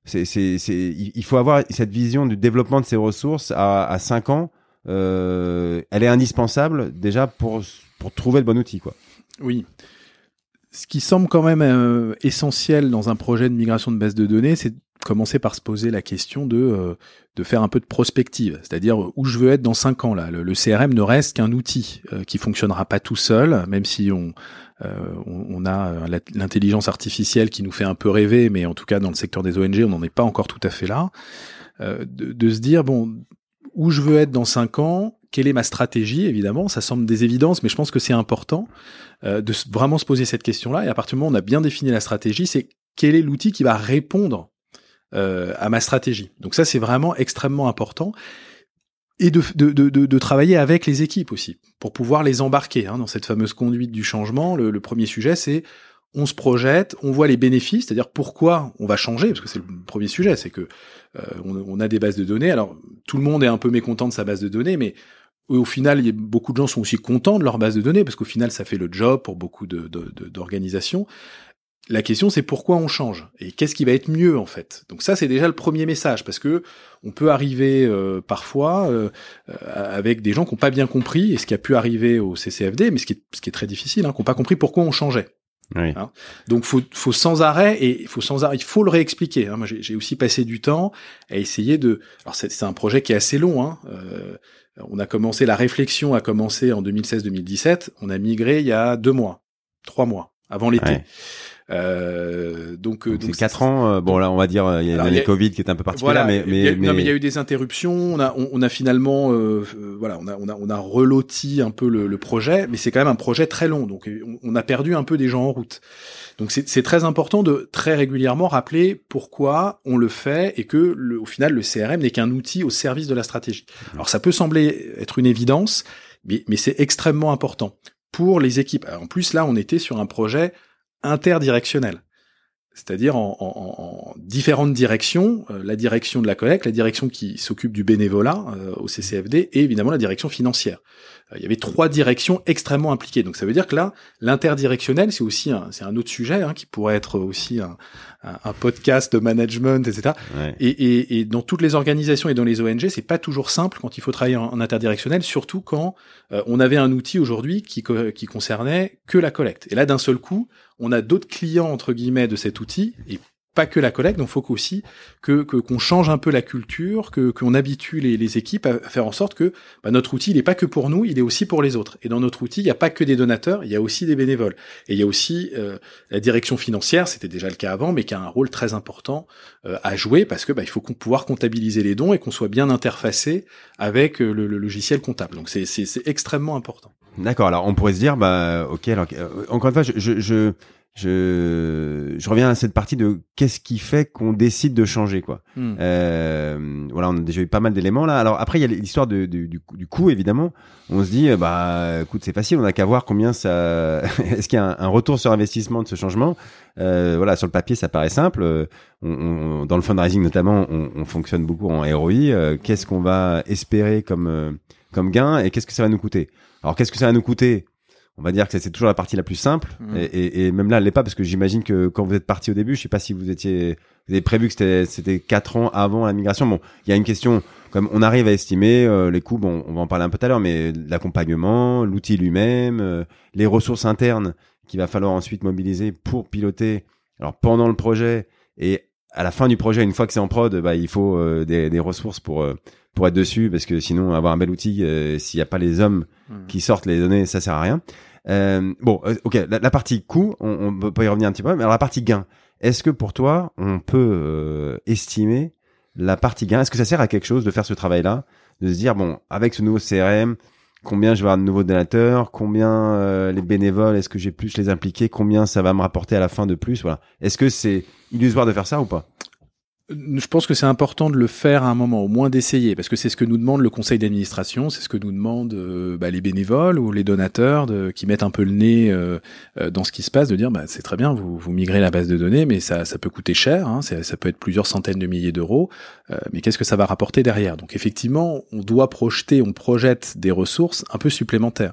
il faut avoir cette vision du développement de ces ressources à 5 ans. Elle est indispensable déjà pour trouver le bon outil, quoi. Oui. Ce qui semble quand même essentiel dans un projet de migration de base de données, c'est de commencer par se poser la question de faire un peu de prospective, c'est-à-dire où je veux être dans 5 ans là. Le CRM ne reste qu'un outil qui fonctionnera pas tout seul, même si on a l'intelligence artificielle qui nous fait un peu rêver, mais en tout cas dans le secteur des ONG, on n'en est pas encore tout à fait là. De se dire bon, où je veux être dans 5 ans, quelle est ma stratégie, évidemment, ça semble des évidences, mais je pense que c'est important de vraiment se poser cette question-là, et à partir du moment où on a bien défini la stratégie, c'est quel est l'outil qui va répondre à ma stratégie. Donc ça, c'est vraiment extrêmement important, et de travailler avec les équipes aussi, pour pouvoir les embarquer dans cette fameuse conduite du changement. Le premier sujet, c'est on se projette, on voit les bénéfices, c'est-à-dire pourquoi on va changer, parce que c'est le premier sujet, c'est que on a des bases de données. Alors tout le monde est un peu mécontent de sa base de données, mais au final, beaucoup de gens sont aussi contents de leur base de données, parce qu'au final, ça fait le job pour beaucoup d'organisations. La question, c'est pourquoi on change et qu'est-ce qui va être mieux en fait. Donc ça, c'est déjà le premier message, parce que on peut arriver parfois avec des gens qui n'ont pas bien compris, et ce qui a pu arriver au CCFD, mais ce qui est très difficile, qui n'ont pas compris pourquoi on changeait. Oui. Donc faut sans arrêt, il faut le réexpliquer. Moi j'ai aussi passé du temps à essayer de. Alors c'est un projet qui est assez long. La réflexion a commencé en 2016-2017. On a migré il y a 3 mois avant l'été. Ouais. Donc c'est 4 ans. Bon là, on va dire il y a l'année Covid qui est un peu particulière, voilà, mais il y a eu des interruptions. On a finalement on a reloti un peu le projet, mais c'est quand même un projet très long. Donc on a perdu un peu des gens en route. Donc c'est très important de très régulièrement rappeler pourquoi on le fait, et que au final le CRM n'est qu'un outil au service de la stratégie. Alors ça peut sembler être une évidence, mais c'est extrêmement important pour les équipes. Alors, en plus là, on était sur un projet interdirectionnel, c'est-à-dire en différentes directions, la direction de la collecte, la direction qui s'occupe du bénévolat au CCFD, et évidemment la direction financière. Il y avait 3 directions extrêmement impliquées. Donc ça veut dire que là, l'interdirectionnel, c'est un autre sujet qui pourrait être aussi un podcast de management, etc. Ouais. Et dans toutes les organisations et dans les ONG, c'est pas toujours simple quand il faut travailler en interdirectionnel, surtout quand on avait un outil aujourd'hui qui concernait que la collecte. Et là, d'un seul coup, on a d'autres clients entre guillemets de cet outil, et pas que la collecte, donc faut aussi qu'on change un peu la culture, qu'on habitue les équipes à faire en sorte que notre outil, il est pas que pour nous, il est aussi pour les autres. Et dans notre outil, il n'y a pas que des donateurs, il y a aussi des bénévoles. Et il y a aussi la direction financière, c'était déjà le cas avant, mais qui a un rôle très important à jouer parce que il faut pouvoir comptabiliser les dons et qu'on soit bien interfacé avec le logiciel comptable. Donc c'est extrêmement important. D'accord. Alors on pourrait se dire, ok. Alors encore une fois, je reviens à cette partie de qu'est-ce qui fait qu'on décide de changer, quoi. Voilà, on a déjà eu pas mal d'éléments là. Alors après, il y a l'histoire du coût, évidemment. On se dit, écoute, c'est facile, on n'a qu'à voir combien ça. Est-ce qu'il y a un retour sur investissement de ce changement? Voilà, sur le papier, ça paraît simple. Dans le fundraising notamment, on fonctionne beaucoup en ROI. Qu'est-ce qu'on va espérer comme gain et qu'est-ce que ça va nous coûter? Alors, qu'est-ce que ça va nous coûter? On va dire que c'est toujours la partie la plus simple et même là elle l'est pas parce que j'imagine que quand vous êtes parti au début, je sais pas si vous avez prévu que c'était 4 ans avant la migration. Bon, il y a une question comme on arrive à estimer les coûts, bon, on va en parler un peu tout à l'heure, mais l'accompagnement, l'outil lui-même, les ressources internes qu'il va falloir ensuite mobiliser pour piloter. Alors pendant le projet et à la fin du projet, une fois que c'est en prod, il faut des ressources pour être dessus parce que sinon avoir un bel outil s'il y a pas les hommes qui sortent les données, ça sert à rien. Ok, la partie coût, on peut y revenir un petit peu, mais alors la partie gain, est-ce que pour toi, on peut estimer la partie gain? Est-ce que ça sert à quelque chose de faire ce travail-là, de se dire, bon, avec ce nouveau CRM, combien je vais avoir de nouveaux donateurs, combien les bénévoles, est-ce que j'ai plus les impliquer, combien ça va me rapporter à la fin de plus, voilà. Est-ce que c'est illusoire de faire ça ou pas? Je pense que c'est important de le faire à un moment, au moins d'essayer, parce que c'est ce que nous demande le conseil d'administration, c'est ce que nous demandent les bénévoles ou les donateurs qui mettent un peu le nez dans ce qui se passe, de dire c'est très bien, vous migrez la base de données, mais ça peut coûter cher, hein, ça peut être plusieurs centaines de milliers d'euros, mais qu'est-ce que ça va rapporter derrière? Donc effectivement, on projette des ressources un peu supplémentaires.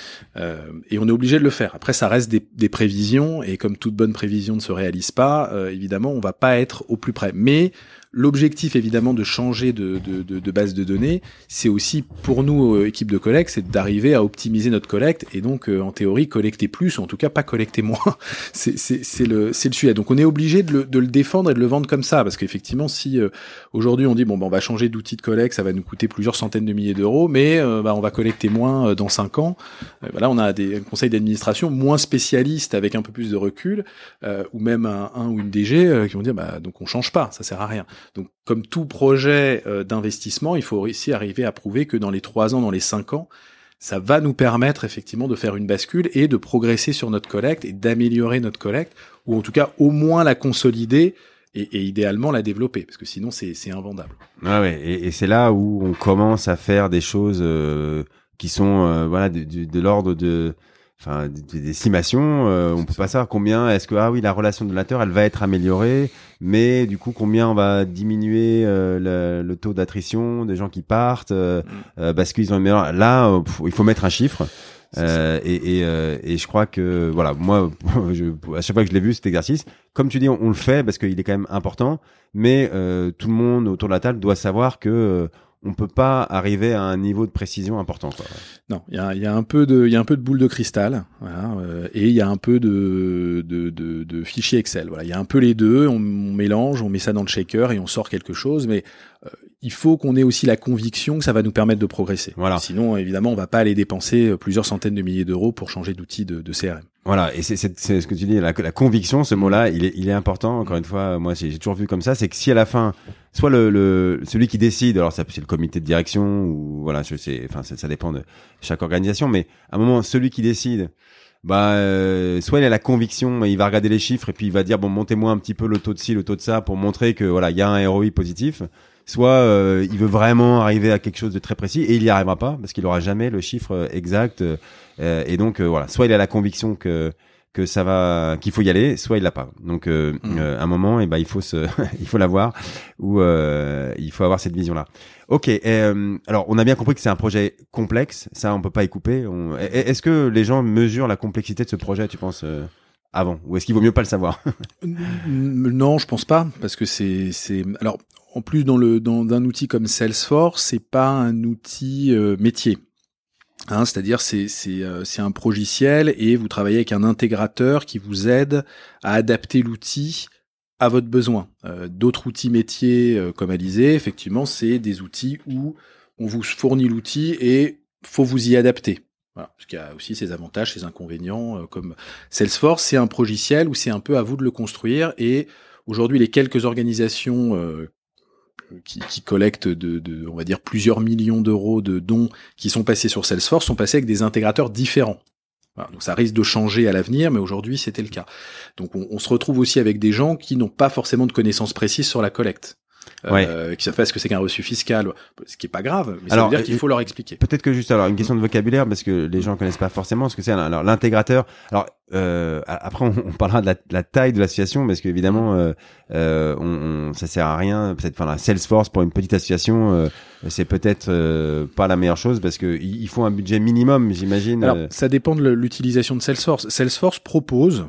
Et on est obligé de le faire. Après, ça reste des prévisions, et comme toute bonne prévision ne se réalise pas, évidemment, on va pas être au plus près. Mais l'objectif, évidemment, de changer de base de données, c'est aussi pour nous, équipe de collecte, c'est d'arriver à optimiser notre collecte et donc, en théorie, collecter plus, ou en tout cas pas collecter moins. C'est le sujet. Donc, on est obligé de le défendre et de le vendre comme ça, parce qu'effectivement, si aujourd'hui on dit on va changer d'outil de collecte, ça va nous coûter plusieurs centaines de milliers d'euros, mais on va collecter moins dans 5 ans. Là, on a un conseil d'administration moins spécialiste avec un peu plus de recul, ou même un ou une DG qui vont dire donc on change pas, ça sert à rien. Donc, comme tout projet d'investissement, il faut aussi arriver à prouver que dans les 3 ans, dans les 5 ans, ça va nous permettre effectivement de faire une bascule et de progresser sur notre collecte et d'améliorer notre collecte, ou en tout cas au moins la consolider et idéalement la développer, parce que sinon c'est invendable. Ouais, et c'est là où on commence à faire des choses qui sont de l'ordre des estimations. On peut pas savoir combien est-ce que la relation donateur elle va être améliorée, mais du coup combien on va diminuer le taux d'attrition des gens qui partent parce qu'ils ont une meilleure. Là il faut mettre un chiffre. Et je crois que moi à chaque fois que je l'ai vu cet exercice, comme tu dis, on le fait parce qu'il est quand même important, mais tout le monde autour de la table doit savoir que on peut pas arriver à un niveau de précision important, quoi. Non, il y a un peu de boule de cristal, voilà, et il y a un peu de fichier Excel. Voilà, il y a un peu les deux. On mélange, on met ça dans le shaker et on sort quelque chose. Mais il faut qu'on ait aussi la conviction que ça va nous permettre de progresser. Voilà. Sinon, évidemment, on va pas aller dépenser plusieurs centaines de milliers d'euros pour changer d'outil de CRM. Voilà, et c'est ce que tu dis, la conviction, ce mot-là, il est important. Encore une fois, moi j'ai toujours vu comme ça, c'est que si à la fin, soit celui qui décide, alors c'est le comité de direction ou voilà, ça dépend de chaque organisation, mais à un moment, celui qui décide, soit il a la conviction, il va regarder les chiffres et puis il va dire montez-moi un petit peu le taux de ci, le taux de ça pour montrer que il y a un ROI positif. Soit il veut vraiment arriver à quelque chose de très précis et il y arrivera pas parce qu'il aura jamais le chiffre exact et donc soit il a la conviction que ça va, qu'il faut y aller, soit il l'a pas. Donc à un moment il faut il faut l'avoir ou il faut avoir cette vision là. Ok, alors on a bien compris que c'est un projet complexe, ça on peut pas y couper. Est-ce que les gens mesurent la complexité de ce projet, tu penses avant, ou est-ce qu'il vaut mieux pas le savoir? Non, je pense pas, parce que c'est alors en plus dans un outil comme Salesforce, c'est pas un outil métier. Hein, c'est-à-dire c'est un progiciel et vous travaillez avec un intégrateur qui vous aide à adapter l'outil à votre besoin. D'autres outils métiers comme Alizé, effectivement, c'est des outils où on vous fournit l'outil et faut vous y adapter. Voilà, parce qu'il y a aussi ses avantages, ses inconvénients, comme Salesforce, c'est un logiciel où c'est un peu à vous de le construire. Et aujourd'hui, les quelques organisations qui collectent on va dire plusieurs millions d'euros de dons qui sont passés sur Salesforce sont passés avec des intégrateurs différents. Voilà, donc ça risque de changer à l'avenir, mais aujourd'hui c'était le cas. Donc on se retrouve aussi avec des gens qui n'ont pas forcément de connaissances précises sur la collecte. Qui savent pas ce que c'est qu'un reçu fiscal, ce qui est pas grave, mais ça veut dire qu'il faut leur expliquer. Peut-être que juste alors une question de vocabulaire parce que les gens connaissent pas forcément ce que c'est. Alors l'intégrateur. Alors après on parlera de la taille de l'association parce qu'évidemment ça sert à rien. Peut-être la Salesforce pour une petite association c'est peut-être pas la meilleure chose parce que il faut un budget minimum, j'imagine. Alors ça dépend de l'utilisation de Salesforce. Salesforce propose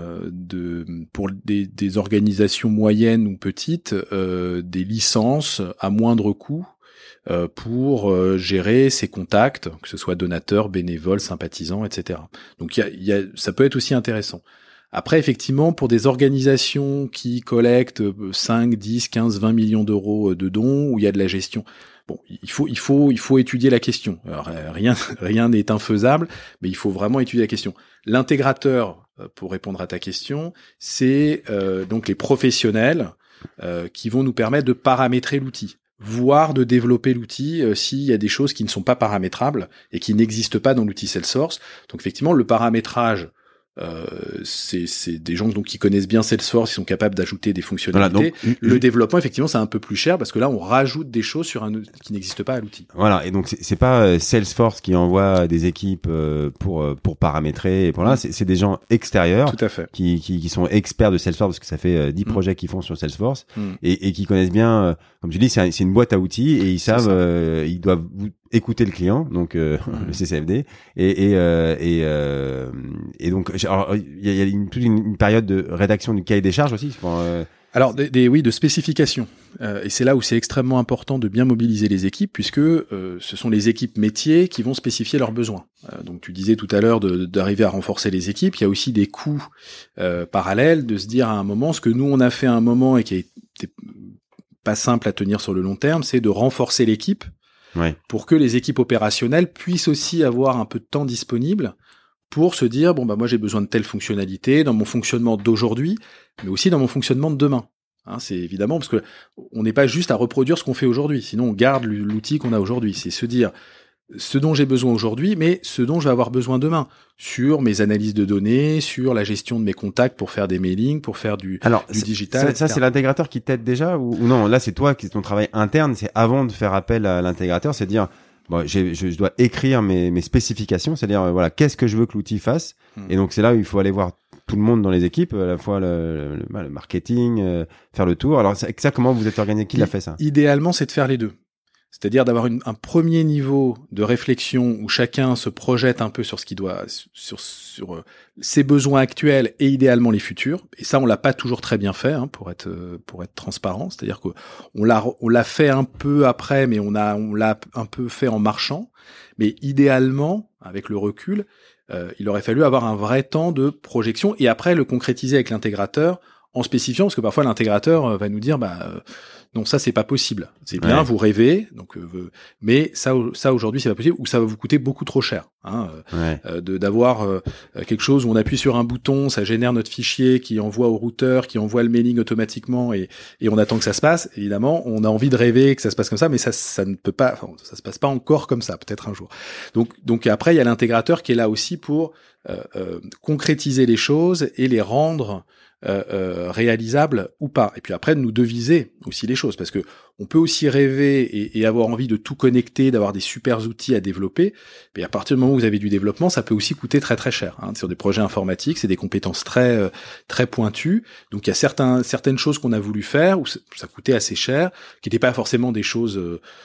pour des organisations moyennes ou petites, des licences à moindre coût pour gérer ses contacts, que ce soit donateurs, bénévoles, sympathisants, etc. Donc ça peut être aussi intéressant. Après, effectivement, pour des organisations qui collectent 5, 10, 15, 20 millions d'euros de dons, où il y a de la gestion, bon, il faut étudier la question. Alors, rien n'est infaisable, mais il faut vraiment étudier la question. L'intégrateur, pour répondre à ta question, c'est donc les professionnels qui vont nous permettre de paramétrer l'outil, voire de développer l'outil s'il y a des choses qui ne sont pas paramétrables et qui n'existent pas dans l'outil Salesforce. Donc effectivement, le paramétrage, c'est des gens donc qui connaissent bien Salesforce, ils sont capables d'ajouter des fonctionnalités. Voilà, donc, le développement, effectivement, c'est un peu plus cher parce que là, on rajoute des choses sur qui n'existe pas à l'outil. Voilà, et donc c'est pas Salesforce qui envoie des équipes pour paramétrer et pour là, c'est des gens extérieurs. Tout à fait. Qui sont experts de Salesforce parce que ça fait 10 projets qu'ils font sur Salesforce et qui connaissent bien, comme tu dis, c'est une boîte à outils et ils savent, ils doivent écouter le client, donc le CCFD, et donc il y a une période de rédaction du cahier des charges aussi. Alors oui, de spécification. Et c'est là où c'est extrêmement important de bien mobiliser les équipes, puisque ce sont les équipes métiers qui vont spécifier leurs besoins. Donc tu disais tout à l'heure d'arriver à renforcer les équipes. Il y a aussi des coûts parallèles, de se dire à un moment, ce que nous on a fait à un moment et qui a été pas simple à tenir sur le long terme, c'est de renforcer l'équipe. Ouais. Pour que les équipes opérationnelles puissent aussi avoir un peu de temps disponible pour se dire bon bah moi j'ai besoin de telle fonctionnalité dans mon fonctionnement d'aujourd'hui, mais aussi dans mon fonctionnement de demain. Hein, c'est évidemment parce que on n'est pas juste à reproduire ce qu'on fait aujourd'hui, sinon on garde l'outil qu'on a aujourd'hui. C'est se dire ce dont j'ai besoin aujourd'hui, mais ce dont je vais avoir besoin demain, sur mes analyses de données, sur la gestion de mes contacts pour faire des mailings, pour faire du digital. Ça c'est l'intégrateur qui t'aide déjà ou non? Là, c'est toi qui ton travail interne. C'est avant de faire appel à l'intégrateur, c'est dire bon, je dois écrire mes spécifications, c'est-à-dire voilà qu'est-ce que je veux que l'outil fasse. Et donc c'est là où il faut aller voir tout le monde dans les équipes, à la fois le marketing, faire le tour. Alors ça, comment vous êtes organisé? Qui l'a fait ça? Idéalement, c'est de faire les deux. C'est-à-dire d'avoir un premier niveau de réflexion où chacun se projette un peu sur ce qu'il doit, sur ses besoins actuels et idéalement les futurs. Et ça, on l'a pas toujours très bien fait, hein, pour être transparent. C'est-à-dire que on l'a fait un peu après, mais on l'a un peu fait en marchant. Mais idéalement, avec le recul, il aurait fallu avoir un vrai temps de projection et après le concrétiser avec l'intégrateur en spécifiant, parce que parfois l'intégrateur va nous dire non, ça c'est pas possible. C'est bien, vous rêvez, donc mais ça aujourd'hui c'est pas possible ou ça va vous coûter beaucoup trop cher. Hein, d'avoir quelque chose où on appuie sur un bouton, ça génère notre fichier qui envoie au routeur, qui envoie le mailing automatiquement et on attend que ça se passe. Évidemment, on a envie de rêver que ça se passe comme ça, mais ça ne peut pas, ça se passe pas encore comme ça, peut-être un jour. Donc après il y a l'intégrateur qui est là aussi pour concrétiser les choses et les rendre réalisable ou pas. Et puis après, nous deviser aussi les choses, parce que on peut aussi rêver et avoir envie de tout connecter, d'avoir des super outils à développer, mais à partir du moment où vous avez du développement, ça peut aussi coûter très très cher. Hein. Sur des projets informatiques, c'est des compétences très très pointues. Donc il y a certaines choses qu'on a voulu faire où ça coûtait assez cher, qui n'étaient pas forcément des choses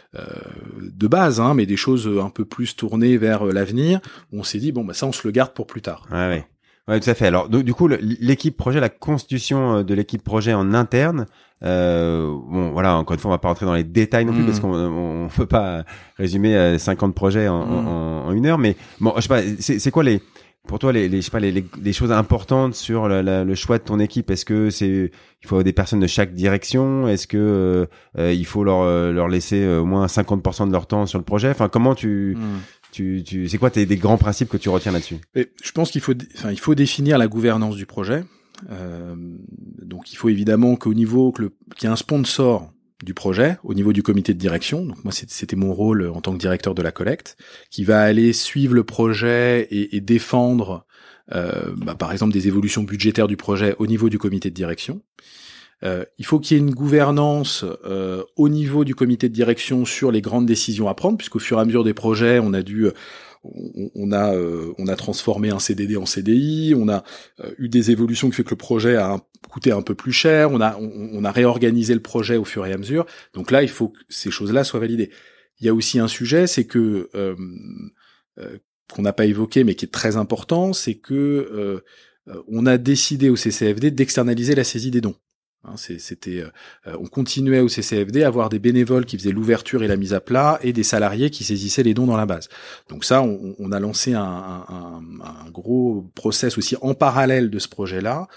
de base, hein, mais des choses un peu plus tournées vers l'avenir, où on s'est dit bon bah ça on se le garde pour plus tard. Ouais. Ouais, tout à fait. Alors, du coup, l'équipe projet, la constitution de l'équipe projet en interne, bon, voilà, encore une fois, on va pas rentrer dans les détails non plus parce qu'on peut pas résumer 50 projets en une heure, mais bon, je sais pas, c'est quoi pour toi, je sais pas, les choses importantes sur le choix de ton équipe, est-ce que il faut des personnes de chaque direction? Est-ce que il faut leur laisser au moins 50% de leur temps sur le projet? Enfin, comment c'est quoi des grands principes que tu retiens là-dessus? Et je pense qu'il faut définir la gouvernance du projet. Donc, il faut évidemment qu'il y ait un sponsor du projet au niveau du comité de direction. Donc moi, c'était mon rôle en tant que directeur de la collecte, qui va aller suivre le projet et défendre, par exemple, des évolutions budgétaires du projet au niveau du comité de direction. Il faut qu'il y ait une gouvernance au niveau du comité de direction sur les grandes décisions à prendre, puisqu'au fur et à mesure des projets, on a transformé un CDD en CDI, on a eu des évolutions qui fait que le projet a coûté un peu plus cher, on a réorganisé le projet au fur et à mesure. Donc là, il faut que ces choses-là soient validées. Il y a aussi un sujet, c'est que qu'on n'a pas évoqué, mais qui est très important, c'est que on a décidé au CCFD d'externaliser la saisie des dons. On continuait au CCFD à avoir des bénévoles qui faisaient l'ouverture et la mise à plat et des salariés qui saisissaient les dons dans la base. Donc ça, on a lancé un gros process aussi en parallèle de ce projet-là,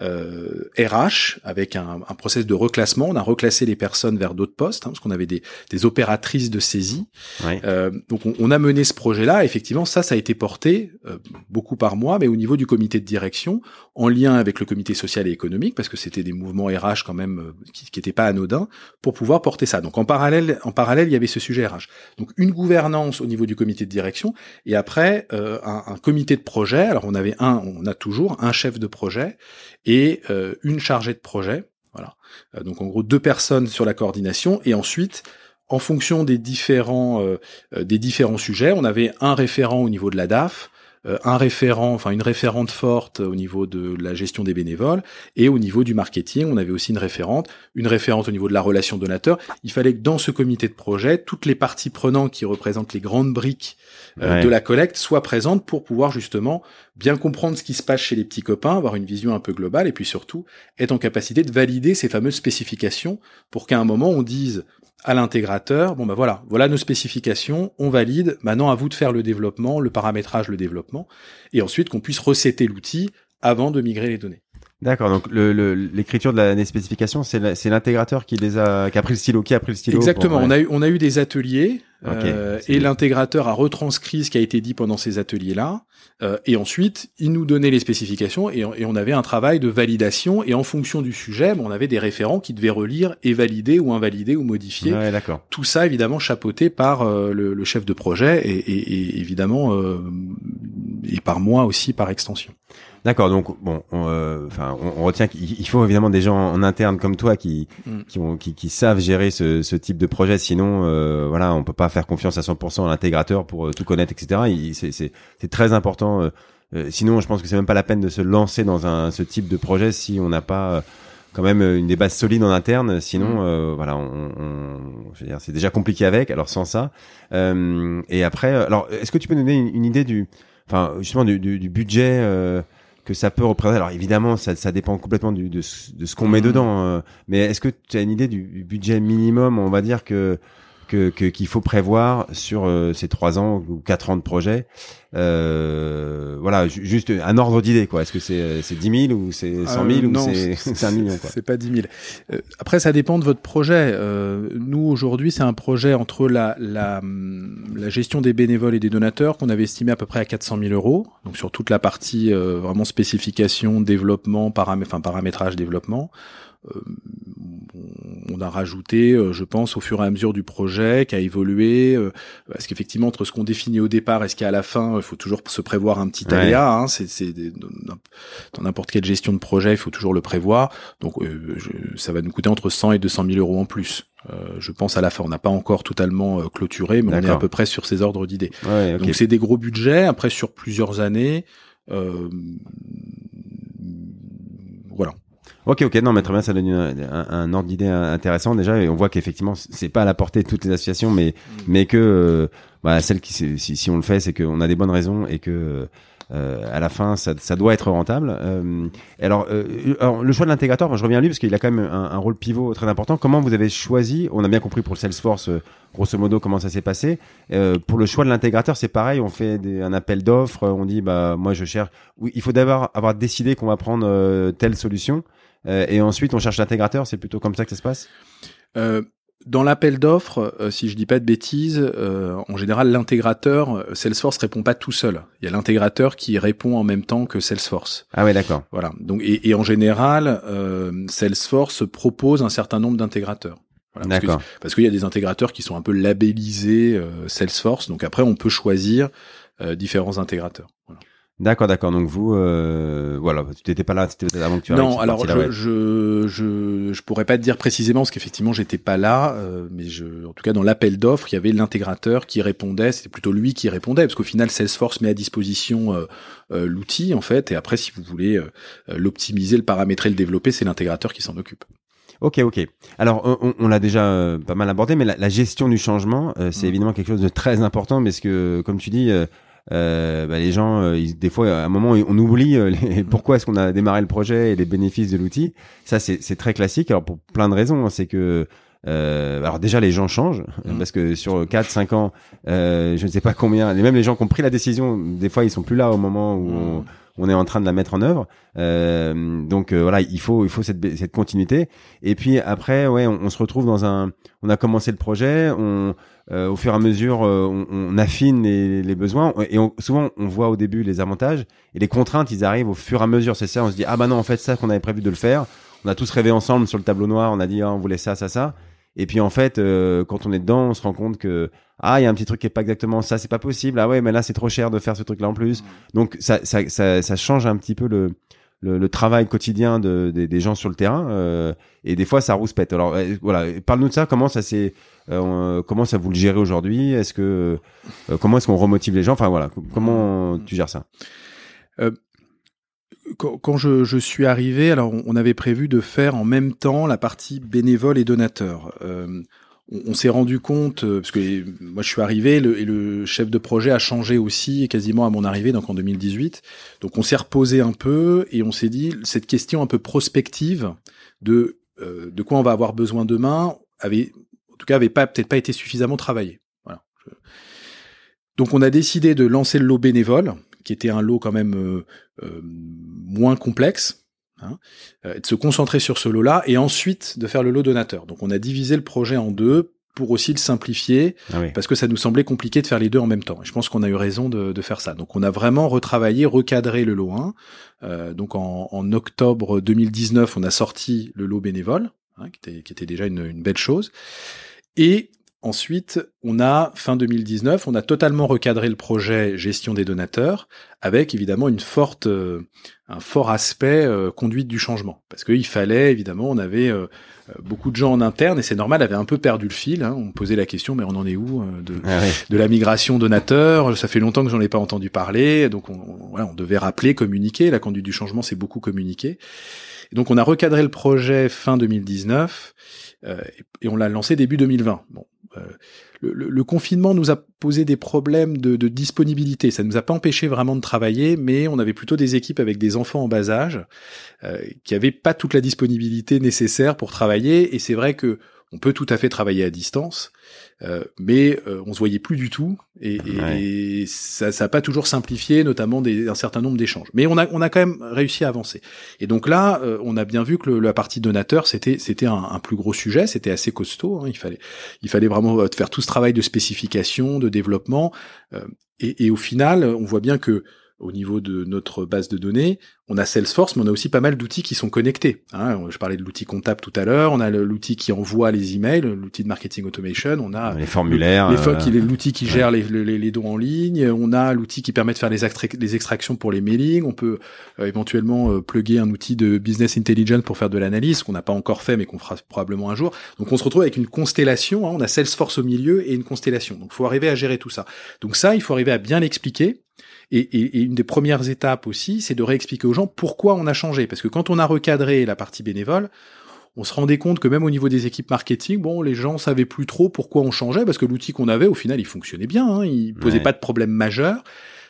RH, avec un process de reclassement. On a reclassé les personnes vers d'autres postes, parce qu'on avait des opératrices de saisie. Ouais. Donc on a mené ce projet-là. Effectivement, ça a été porté beaucoup par moi, mais au niveau du comité de direction, en lien avec le comité social et économique, parce que c'était des mouvements RH quand même qui n'étaient pas anodins, pour pouvoir porter ça. Donc en parallèle, il y avait ce sujet RH. Donc une gouvernance au niveau du comité de direction, et après un comité de projet. Alors on a toujours un chef de projet et une chargée de projet. Voilà. Donc en gros 2 personnes sur la coordination, et ensuite, en fonction des différents sujets, on avait un référent au niveau de la DAF, une référente forte au niveau de la gestion des bénévoles, et au niveau du marketing, on avait aussi une référente au niveau de la relation donateur. Il fallait que dans ce comité de projet, toutes les parties prenantes qui représentent les grandes briques de la collecte soient présentes pour pouvoir justement bien comprendre ce qui se passe chez les petits copains, avoir une vision un peu globale, et puis surtout être en capacité de valider ces fameuses spécifications pour qu'à un moment on dise à l'intégrateur, voilà nos spécifications, on valide, maintenant à vous de faire le développement, le paramétrage, le développement, et ensuite qu'on puisse recéter l'outil avant de migrer les données. D'accord, donc l'écriture des spécifications, c'est l'intégrateur qui a pris le stylo, Exactement, on a eu des ateliers, et l'intégrateur a retranscrit ce qui a été dit pendant ces ateliers-là, et ensuite il nous donnait les spécifications, et on avait un travail de validation, et en fonction du sujet, on avait des référents qui devaient relire et valider ou invalider ou modifier. Ouais, d'accord. Tout ça évidemment chapeauté par le chef de projet et évidemment et par moi aussi par extension. D'accord, donc on retient qu'il faut évidemment des gens en interne comme toi qui savent gérer ce type de projet. Sinon, on peut pas faire confiance à 100% à l'intégrateur pour tout connaître, etc. C'est très important. Sinon, je pense que c'est même pas la peine de se lancer dans ce type de projet si on n'a pas quand même des bases solides en interne. Sinon, je veux dire, c'est déjà compliqué avec. Alors sans ça, et après, alors est-ce que tu peux nous donner une idée du budget que ça peut représenter? Alors évidemment, ça dépend complètement de ce qu'on met dedans. Mais est-ce que tu as une idée du budget minimum, on va dire qu'il faut prévoir sur ces 3 ans ou 4 ans de projet? Juste un ordre d'idée, quoi. Est-ce que c'est 10 000 ou c'est 100 000 ou c'est 1 million, quoi? C'est pas 10 000. Après, ça dépend de votre projet. Nous, aujourd'hui, c'est un projet entre la gestion des bénévoles et des donateurs qu'on avait estimé à peu près à 400 000 €. Donc, sur toute la partie vraiment spécification, développement, paramétrage, développement. On a rajouté, je pense, au fur et à mesure du projet, qui a évolué, parce qu'effectivement, entre ce qu'on définit au départ et ce qu'il y a à la fin, il faut toujours se prévoir un petit aléa. Dans n'importe quelle gestion de projet, il faut toujours le prévoir. Donc, ça va nous coûter entre 100 et 200 000 € en plus. Je pense à la fin. On n'a pas encore totalement clôturé, mais on est à peu près sur ces ordres d'idées. Ouais, okay. Donc, c'est des gros budgets. Après, sur plusieurs années, voilà. Ok, non, mais très bien, ça donne un ordre d'idée intéressant déjà, et on voit qu'effectivement c'est pas à la portée de toutes les associations, mais que celle si on le fait, c'est qu'on a des bonnes raisons et que à la fin, ça doit être rentable. Alors, le choix de l'intégrateur, je reviens à lui parce qu'il a quand même un rôle pivot très important. Comment vous avez choisi? On a bien compris pour le Salesforce, grosso modo, comment ça s'est passé. Pour le choix de l'intégrateur, c'est pareil. On fait un appel d'offres. On dit, moi, je cherche. Oui, il faut d'abord avoir décidé qu'on va prendre telle solution. Et ensuite, on cherche l'intégrateur. C'est plutôt comme ça que ça se passe? Dans l'appel d'offres, si je dis pas de bêtises, en général, l'intégrateur, Salesforce répond pas tout seul. Il y a l'intégrateur qui répond en même temps que Salesforce. Ah ouais, d'accord. Voilà. Donc, et en général, Salesforce propose un certain nombre d'intégrateurs. Voilà, d'accord. Parce qu'il y a des intégrateurs qui sont un peu labellisés Salesforce. Donc après, on peut choisir différents intégrateurs. Voilà. D'accord. Donc vous, voilà, tu n'étais pas là, c'était peut-être avant que tu arrives. Non, alors je pourrais pas te dire précisément parce qu'effectivement j'étais pas là, mais en tout cas dans l'appel d'offres, il y avait l'intégrateur qui répondait. C'était plutôt lui qui répondait parce qu'au final Salesforce met à disposition l'outil en fait, et après si vous voulez l'optimiser, le paramétrer, le développer, c'est l'intégrateur qui s'en occupe. Ok. Alors, on l'a déjà pas mal abordé, mais la gestion du changement, c'est évidemment quelque chose de très important, parce que, comme tu dis, les gens, des fois, à un moment, on oublie pourquoi est-ce qu'on a démarré le projet et les bénéfices de l'outil. Ça, c'est très classique. Alors, pour plein de raisons, c'est que alors déjà les gens changent parce que sur 4-5 ans, je ne sais pas combien, même les gens qui ont pris la décision, des fois ils sont plus là au moment où on est en train de la mettre en œuvre. Donc voilà, il faut cette continuité. Et puis après, on se retrouve on a commencé le projet, au fur et à mesure, on affine les besoins, et souvent on voit au début les avantages, et les contraintes, ils arrivent au fur et à mesure. C'est ça, on se dit non, en fait ça qu'on avait prévu de le faire, on a tous rêvé ensemble sur le tableau noir, on a dit on voulait ça. Et puis en fait, quand on est dedans, on se rend compte que il y a un petit truc qui est pas exactement ça, c'est pas possible. Ah ouais, mais là c'est trop cher de faire ce truc-là en plus. Donc ça change un petit peu le travail quotidien des gens sur le terrain, et des fois ça rouspète. Alors voilà, parle-nous de ça. Comment ça vous le gérez aujourd'hui? Comment est-ce qu'on remotive les gens? Enfin voilà, comment tu gères ça? Quand je suis arrivé, alors on avait prévu de faire en même temps la partie bénévole et donateur. On s'est rendu compte, parce que moi je suis arrivé, et le chef de projet a changé aussi quasiment à mon arrivée, donc en 2018. Donc on s'est reposé un peu et on s'est dit, cette question un peu prospective de quoi on va avoir besoin demain avait peut-être pas été suffisamment travaillée. Voilà. Donc on a décidé de lancer le lot bénévole, qui était un lot quand même moins complexe, de se concentrer sur ce lot-là, et ensuite de faire le lot donateur. Donc on a divisé le projet en deux pour aussi le simplifier, parce que ça nous semblait compliqué de faire les deux en même temps. Et je pense qu'on a eu raison de faire ça. Donc on a vraiment retravaillé, recadré le lot 1. Donc en octobre 2019, on a sorti le lot bénévole, qui était déjà une belle chose. Et ensuite, fin 2019, on a totalement recadré le projet gestion des donateurs, avec évidemment un fort aspect conduite du changement. Parce qu'il fallait, évidemment, on avait beaucoup de gens en interne, et c'est normal, avaient un peu perdu le fil. On posait la question, mais on en est où de la migration donateur? Ça fait longtemps que j'en ai pas entendu parler, donc on devait rappeler, communiquer. La conduite du changement, c'est beaucoup communiquer. Et donc on a recadré le projet fin 2019, et on l'a lancé début 2020. Bon. Le confinement nous a posé des problèmes de disponibilité. Ça ne nous a pas empêché vraiment de travailler, mais on avait plutôt des équipes avec des enfants en bas âge qui avaient pas toute la disponibilité nécessaire pour travailler. Et c'est vrai que on peut tout à fait travailler à distance, mais on se voyait plus du tout, et ça a pas toujours simplifié, notamment un certain nombre d'échanges. Mais on a quand même réussi à avancer. Et donc là, on a bien vu que la partie donateur, c'était un plus gros sujet, c'était assez costaud. Il fallait vraiment faire tout ce travail de spécification, de développement, et au final, on voit bien que au niveau de notre base de données, on a Salesforce, mais on a aussi pas mal d'outils qui sont connectés. Je parlais de l'outil comptable tout à l'heure, on a l'outil qui envoie les emails, l'outil de marketing automation, on a les formulaires, l'outil qui gère les dons en ligne, on a l'outil qui permet de faire les extractions pour les mailings, on peut éventuellement plugger un outil de business intelligence pour faire de l'analyse, qu'on n'a pas encore fait, mais qu'on fera probablement un jour. Donc on se retrouve avec une constellation, on a Salesforce au milieu et une constellation. Donc il faut arriver à gérer tout ça. Donc ça, il faut arriver à bien l'expliquer. Et une des premières étapes aussi, c'est de réexpliquer aux gens pourquoi on a changé. Parce que quand on a recadré la partie bénévole, on se rendait compte que même au niveau des équipes marketing, les gens savaient plus trop pourquoi on changeait, parce que l'outil qu'on avait, au final, il fonctionnait bien, il posait pas de problème majeur.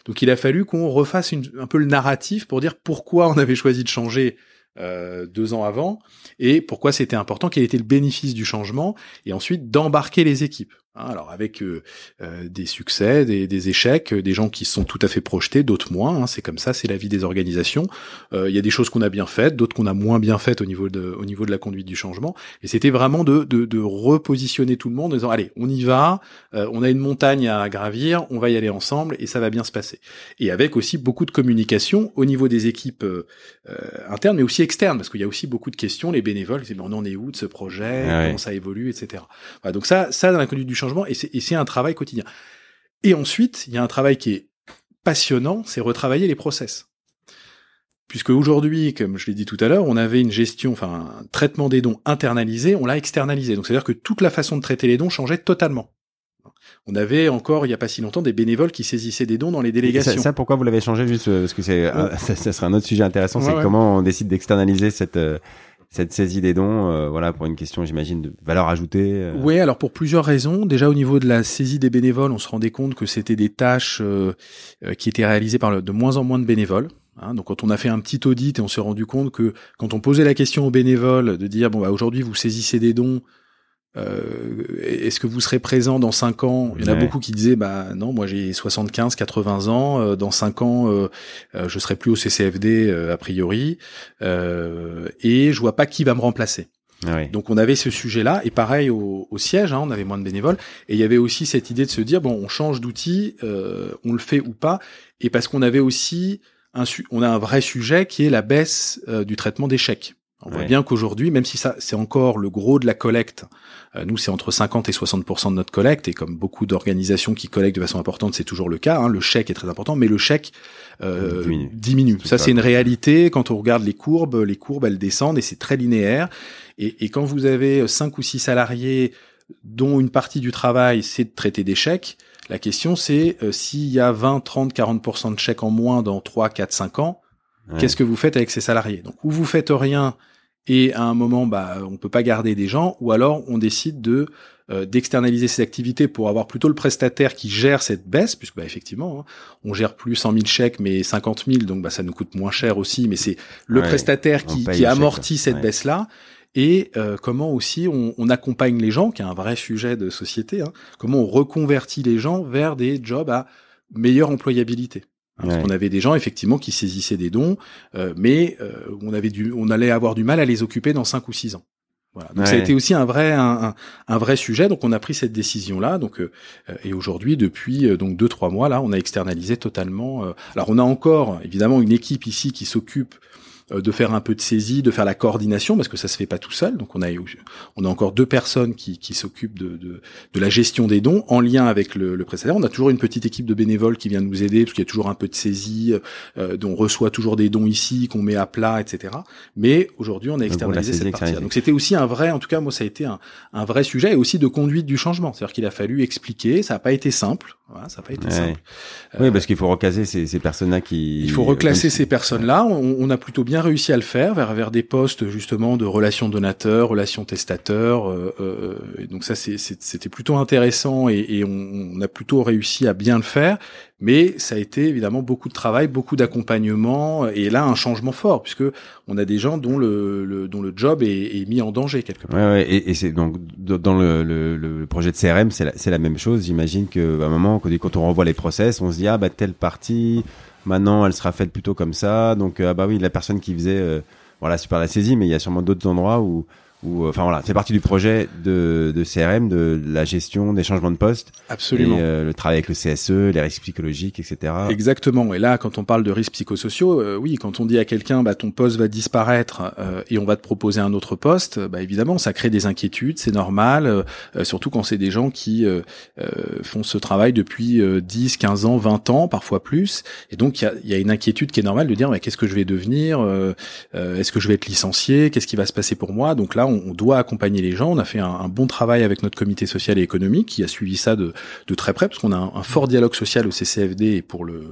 Donc il a fallu qu'on refasse un peu le narratif pour dire pourquoi on avait choisi de changer 2 ans avant et pourquoi c'était important, quel était le bénéfice du changement, et ensuite d'embarquer les équipes. Alors avec des succès, des échecs, des gens qui sont tout à fait projetés, d'autres moins. C'est comme ça, c'est la vie des organisations. Il y a des choses qu'on a bien faites, d'autres qu'on a moins bien faites au niveau de la conduite du changement. Et c'était vraiment de repositionner tout le monde en disant allez, on y va. On a une montagne à gravir, on va y aller ensemble et ça va bien se passer. Et avec aussi beaucoup de communication au niveau des équipes internes, mais aussi externes, parce qu'il y a aussi beaucoup de questions. Les bénévoles disent mais on en est où de ce projet, comment ça évolue, etc. Voilà, donc ça dans la conduite du changement. Et c'est un travail quotidien. Et ensuite, il y a un travail qui est passionnant, c'est retravailler les process. Puisque aujourd'hui, comme je l'ai dit tout à l'heure, on avait une gestion, enfin un traitement des dons internalisé, on l'a externalisé. Donc c'est-à-dire que toute la façon de traiter les dons changeait totalement. On avait encore, il n'y a pas si longtemps, des bénévoles qui saisissaient des dons dans les délégations. Ça pourquoi vous l'avez changé juste parce que ça serait un autre sujet intéressant, c'est comment on décide d'externaliser cette saisie des dons, voilà, pour une question, j'imagine, de valeur ajoutée. Oui, alors pour plusieurs raisons. Déjà, au niveau de la saisie des bénévoles, on se rendait compte que c'était des tâches qui étaient réalisées par de moins en moins de bénévoles. Donc, quand on a fait un petit audit et on s'est rendu compte que quand on posait la question aux bénévoles de dire bon bah aujourd'hui vous saisissez des dons, est-ce que vous serez présent dans 5 ans? Il y en a beaucoup qui disaient bah non, moi j'ai 75, 80 ans, dans 5 ans je serai plus au CCFD a priori, et je vois pas qui va me remplacer. Donc on avait ce sujet-là, et pareil au siège, on avait moins de bénévoles, et il y avait aussi cette idée de se dire bon, on change d'outil, on le fait ou pas, et parce qu'on avait aussi on a un vrai sujet qui est la baisse du traitement des chèques. On voit bien qu'aujourd'hui, même si ça c'est encore le gros de la collecte, nous c'est entre 50 et 60% de notre collecte, et comme beaucoup d'organisations qui collectent de façon importante, c'est toujours le cas, le chèque est très important, mais le chèque diminue. Ça c'est une réalité. Quand on regarde les courbes elles descendent et c'est très linéaire, et quand vous avez 5 ou 6 salariés dont une partie du travail c'est de traiter des chèques, la question c'est s'il y a 20, 30, 40% de chèques en moins dans 3, 4, 5 ans, qu'est-ce que vous faites avec ces salariés? Donc, ou vous faites rien et à un moment, on peut pas garder des gens, ou alors on décide d'externaliser ces activités pour avoir plutôt le prestataire qui gère cette baisse, puisque effectivement, on gère plus 100 000 chèques, mais 50 000, donc ça nous coûte moins cher aussi, mais c'est le prestataire qui amortit cette baisse-là. Et comment aussi on accompagne les gens, qui est un vrai sujet de société, comment on reconvertit les gens vers des jobs à meilleure employabilité. Parce qu'on avait des gens effectivement qui saisissaient des dons, mais on allait avoir du mal à les occuper dans 5 ou 6 ans. Voilà. Donc ça a été aussi un vrai sujet. Donc on a pris cette décision là. Donc et aujourd'hui depuis donc 2-3 mois là, on a externalisé totalement. Alors on a encore évidemment une équipe ici qui s'occupe de faire un peu de saisie, de faire la coordination, parce que ça se fait pas tout seul. Donc on a encore 2 personnes qui s'occupent de la gestion des dons en lien avec le prestataire. On a toujours une petite équipe de bénévoles qui vient nous aider, parce qu'il y a toujours un peu de saisie, on reçoit toujours des dons ici qu'on met à plat, etc. Mais aujourd'hui on a externalisé cette partie-là. Donc c'était aussi un vrai, en tout cas moi ça a été un vrai sujet, et aussi de conduite du changement. C'est-à-dire qu'il a fallu expliquer, ça n'a pas été simple. Voilà, ça n'a pas été simple. Oui, parce qu'il faut recaser ces personnes-là qui... Il faut reclasser ces personnes-là. On a plutôt bien réussi à le faire vers des postes justement de relations donateurs, relations testateurs. Et donc ça, c'était plutôt intéressant, et on a plutôt réussi à bien le faire. Mais ça a été évidemment beaucoup de travail, beaucoup d'accompagnement, et là un changement fort, puisque on a des gens dont le job est mis en danger quelque part. Ouais, et c'est donc dans le projet de CRM, c'est la même chose. J'imagine que à un moment, quand on revoit les process, on se dit telle partie maintenant elle sera faite plutôt comme ça. Donc oui, la personne qui faisait super la saisie, mais il y a sûrement d'autres endroits où c'est partie du projet de CRM, de la gestion des changements de poste. Absolument. Et le travail avec le CSE, les risques psychologiques, etc. Exactement. Et là, quand on parle de risques psychosociaux, oui, quand on dit à quelqu'un, ton poste va disparaître et on va te proposer un autre poste, évidemment, ça crée des inquiétudes, c'est normal, surtout quand c'est des gens qui font ce travail depuis 10, 15 ans, 20 ans, parfois plus. Et donc, il y a une inquiétude qui est normale de dire, qu'est-ce que je vais devenir? Est-ce que je vais être licencié? Qu'est-ce qui va se passer pour moi? Donc là, on doit accompagner les gens. On a fait un bon travail avec notre comité social et économique qui a suivi ça de très près, parce qu'on a un fort dialogue social au CCFD et pour le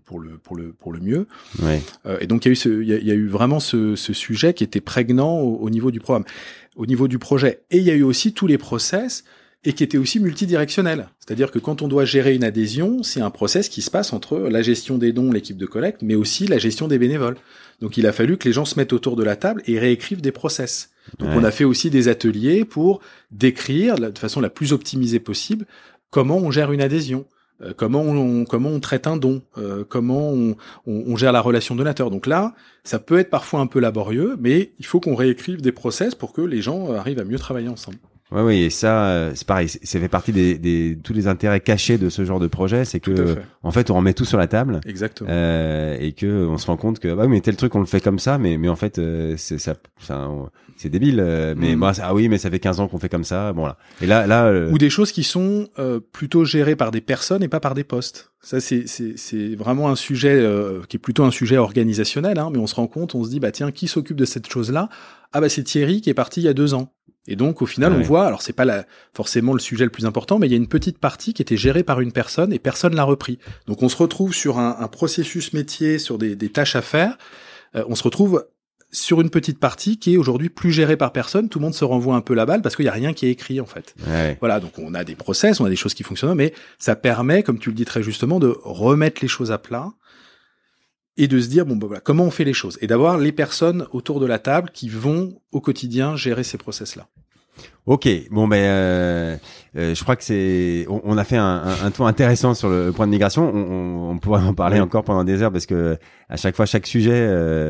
mieux. Ouais. Et donc il y a eu vraiment ce sujet qui était prégnant au niveau du programme, au niveau du projet. Et il y a eu aussi tous les process et qui était aussi multidirectionnel. C'est-à-dire que quand on doit gérer une adhésion, c'est un process qui se passe entre la gestion des dons, l'équipe de collecte, mais aussi la gestion des bénévoles. Donc il a fallu que les gens se mettent autour de la table et réécrivent des process. Donc on a fait aussi des ateliers pour décrire de façon la plus optimisée possible comment on gère une adhésion. Comment on traite un don, comment on gère la relation donateur. Donc là, ça peut être parfois un peu laborieux, mais il faut qu'on réécrive des process pour que les gens arrivent à mieux travailler ensemble. Ouais, oui, et ça, c'est pareil, ça fait partie tous les intérêts cachés de ce genre de projet, c'est que, en fait, on remet tout sur la table. Exactement. Et que on se rend compte que, bah oui, mais tel truc, on le fait comme ça, mais en fait, c'est débile, mais moi, mais ça fait 15 ans qu'on fait comme ça, bon, là. Et là, ou des choses qui sont, plutôt gérées par des personnes et pas par des postes. Ça, c'est vraiment un sujet, qui est plutôt un sujet organisationnel, hein, mais on se rend compte, on se dit, bah, tiens, qui s'occupe de cette chose-là? Ah, bah, c'est Thierry qui est parti il y a 2 ans. Et donc, au final, on voit, alors c'est pas forcément le sujet le plus important, mais il y a une petite partie qui était gérée par une personne et personne l'a repris. Donc, on se retrouve sur un processus métier, sur des tâches à faire. On se retrouve sur une petite partie qui est aujourd'hui plus gérée par personne. Tout le monde se renvoie un peu la balle parce qu'il y a rien qui est écrit, en fait. Ouais. Voilà. Donc, on a des process, on a des choses qui fonctionnent, mais ça permet, comme tu le dis très justement, de remettre les choses à plat. Et de se dire, bon, bah, voilà, comment on fait les choses. Et d'avoir les personnes autour de la table qui vont, au quotidien, gérer ces process-là. Ok, bon je crois que on a fait un tour intéressant sur le point de migration. On pourrait en parler encore pendant des heures parce que à chaque fois, chaque sujet,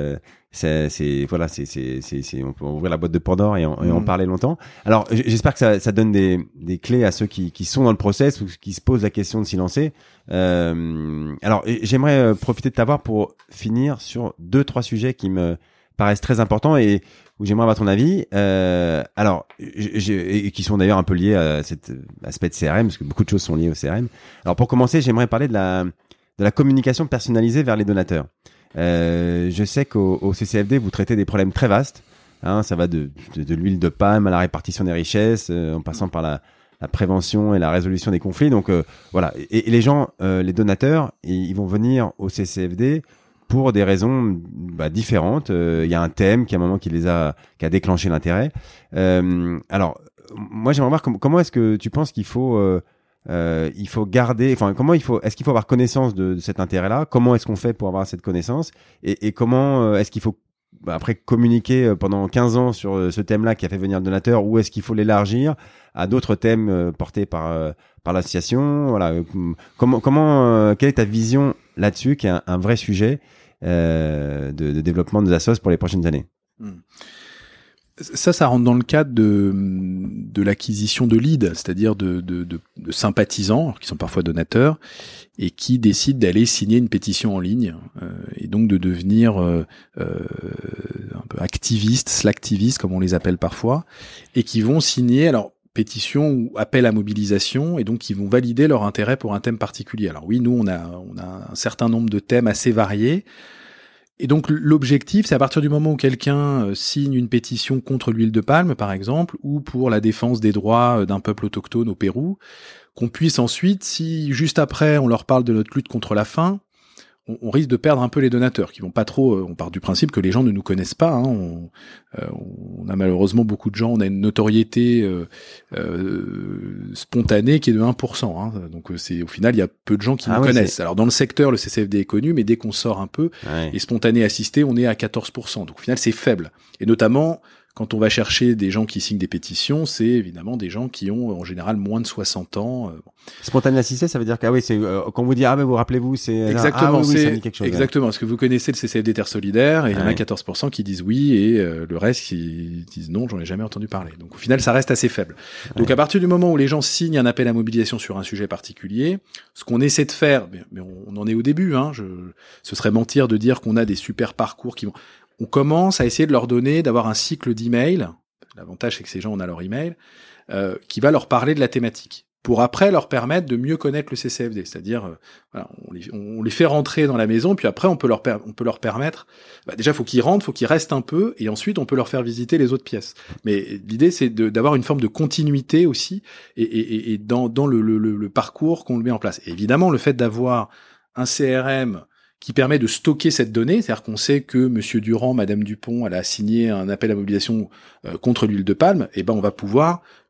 on peut ouvrir la boîte de Pandore et en parler longtemps. Alors, j'espère que ça donne des clés à ceux qui sont dans le process ou qui se posent la question de s'y lancer. Alors, j'aimerais profiter de t'avoir pour finir sur 2-3 sujets qui me paraissent très importants et où j'aimerais avoir ton avis. Alors, et qui sont d'ailleurs un peu liés à cet aspect de CRM, parce que beaucoup de choses sont liées au CRM. Alors, pour commencer, j'aimerais parler de la communication personnalisée vers les donateurs. Je sais qu'au CCFD, vous traitez des problèmes très vastes. Hein, ça va de l'huile de palme à la répartition des richesses, en passant par la prévention et la résolution des conflits. Donc, voilà. Et les gens, les donateurs, ils vont venir au CCFD pour des raisons différentes. Il y a un thème qui à un moment qui a déclenché l'intérêt. Alors, moi j'aimerais voir comment est-ce que tu penses qu'il faut garder, enfin est-ce qu'il faut avoir connaissance de cet intérêt-là? Comment est-ce qu'on fait pour avoir cette connaissance? Et comment est-ce qu'il faut après communiquer pendant 15 ans sur ce thème-là qui a fait venir le donateur, ou est-ce qu'il faut l'élargir à d'autres thèmes portés par l'association? Voilà. Comment quelle est ta vision là-dessus, qui est un vrai sujet de développement des assos pour les prochaines années? Ça rentre dans le cadre de l'acquisition de leads, c'est-à-dire de sympathisants, qui sont parfois donateurs, et qui décident d'aller signer une pétition en ligne, et donc de devenir un peu activistes, slacktivistes, comme on les appelle parfois, et qui vont signer, alors, pétition ou appel à mobilisation, et donc qui vont valider leur intérêt pour un thème particulier. Alors oui, nous, on a un certain nombre de thèmes assez variés. Et donc l'objectif, c'est à partir du moment où quelqu'un signe une pétition contre l'huile de palme, par exemple, ou pour la défense des droits d'un peuple autochtone au Pérou, qu'on puisse ensuite, si juste après on leur parle de notre lutte contre la faim, on risque de perdre un peu les donateurs, qui vont pas trop. On part du principe que les gens ne nous connaissent pas. Hein, on a malheureusement beaucoup de gens. On a une notoriété spontanée qui est de 1%. Hein, donc au final, il y a peu de gens qui nous connaissent. Alors dans le secteur, le CCFD est connu, mais dès qu'on sort un peu, et spontané assisté, on est à 14%. Donc au final, c'est faible. Et notamment, quand on va chercher des gens qui signent des pétitions, c'est évidemment des gens qui ont en général moins de 60 ans. Spontané assisté, ça veut dire c'est quand vous dites mais vous rappelez-vous, c'est exactement, ça me dit quelque chose. Exactement, parce que vous connaissez le CCFD Terre Solidaire, et il y en a 14% qui disent oui, et le reste qui disent non, j'en ai jamais entendu parler. Donc au final, ça reste assez faible. Donc à partir du moment où les gens signent un appel à mobilisation sur un sujet particulier, ce qu'on essaie de faire, mais on en est au début, hein, ce serait mentir de dire qu'on a des super parcours qui vont. On commence à essayer de leur donner, d'avoir un cycle d'emails. L'avantage, c'est que ces gens, on a leur email, qui va leur parler de la thématique, pour après leur permettre de mieux connaître le CCFD. C'est-à-dire, voilà, on les fait rentrer dans la maison, puis après on peut leur permettre. Déjà, faut qu'ils rentrent, faut qu'ils restent un peu, et ensuite on peut leur faire visiter les autres pièces. Mais l'idée, c'est d'avoir une forme de continuité aussi, et dans le parcours qu'on le met en place. Et évidemment, le fait d'avoir un CRM qui permet de stocker cette donnée, c'est-à-dire qu'on sait que Monsieur Durand, Madame Dupont, elle a signé un appel à mobilisation contre l'huile de palme, et on va pouvoir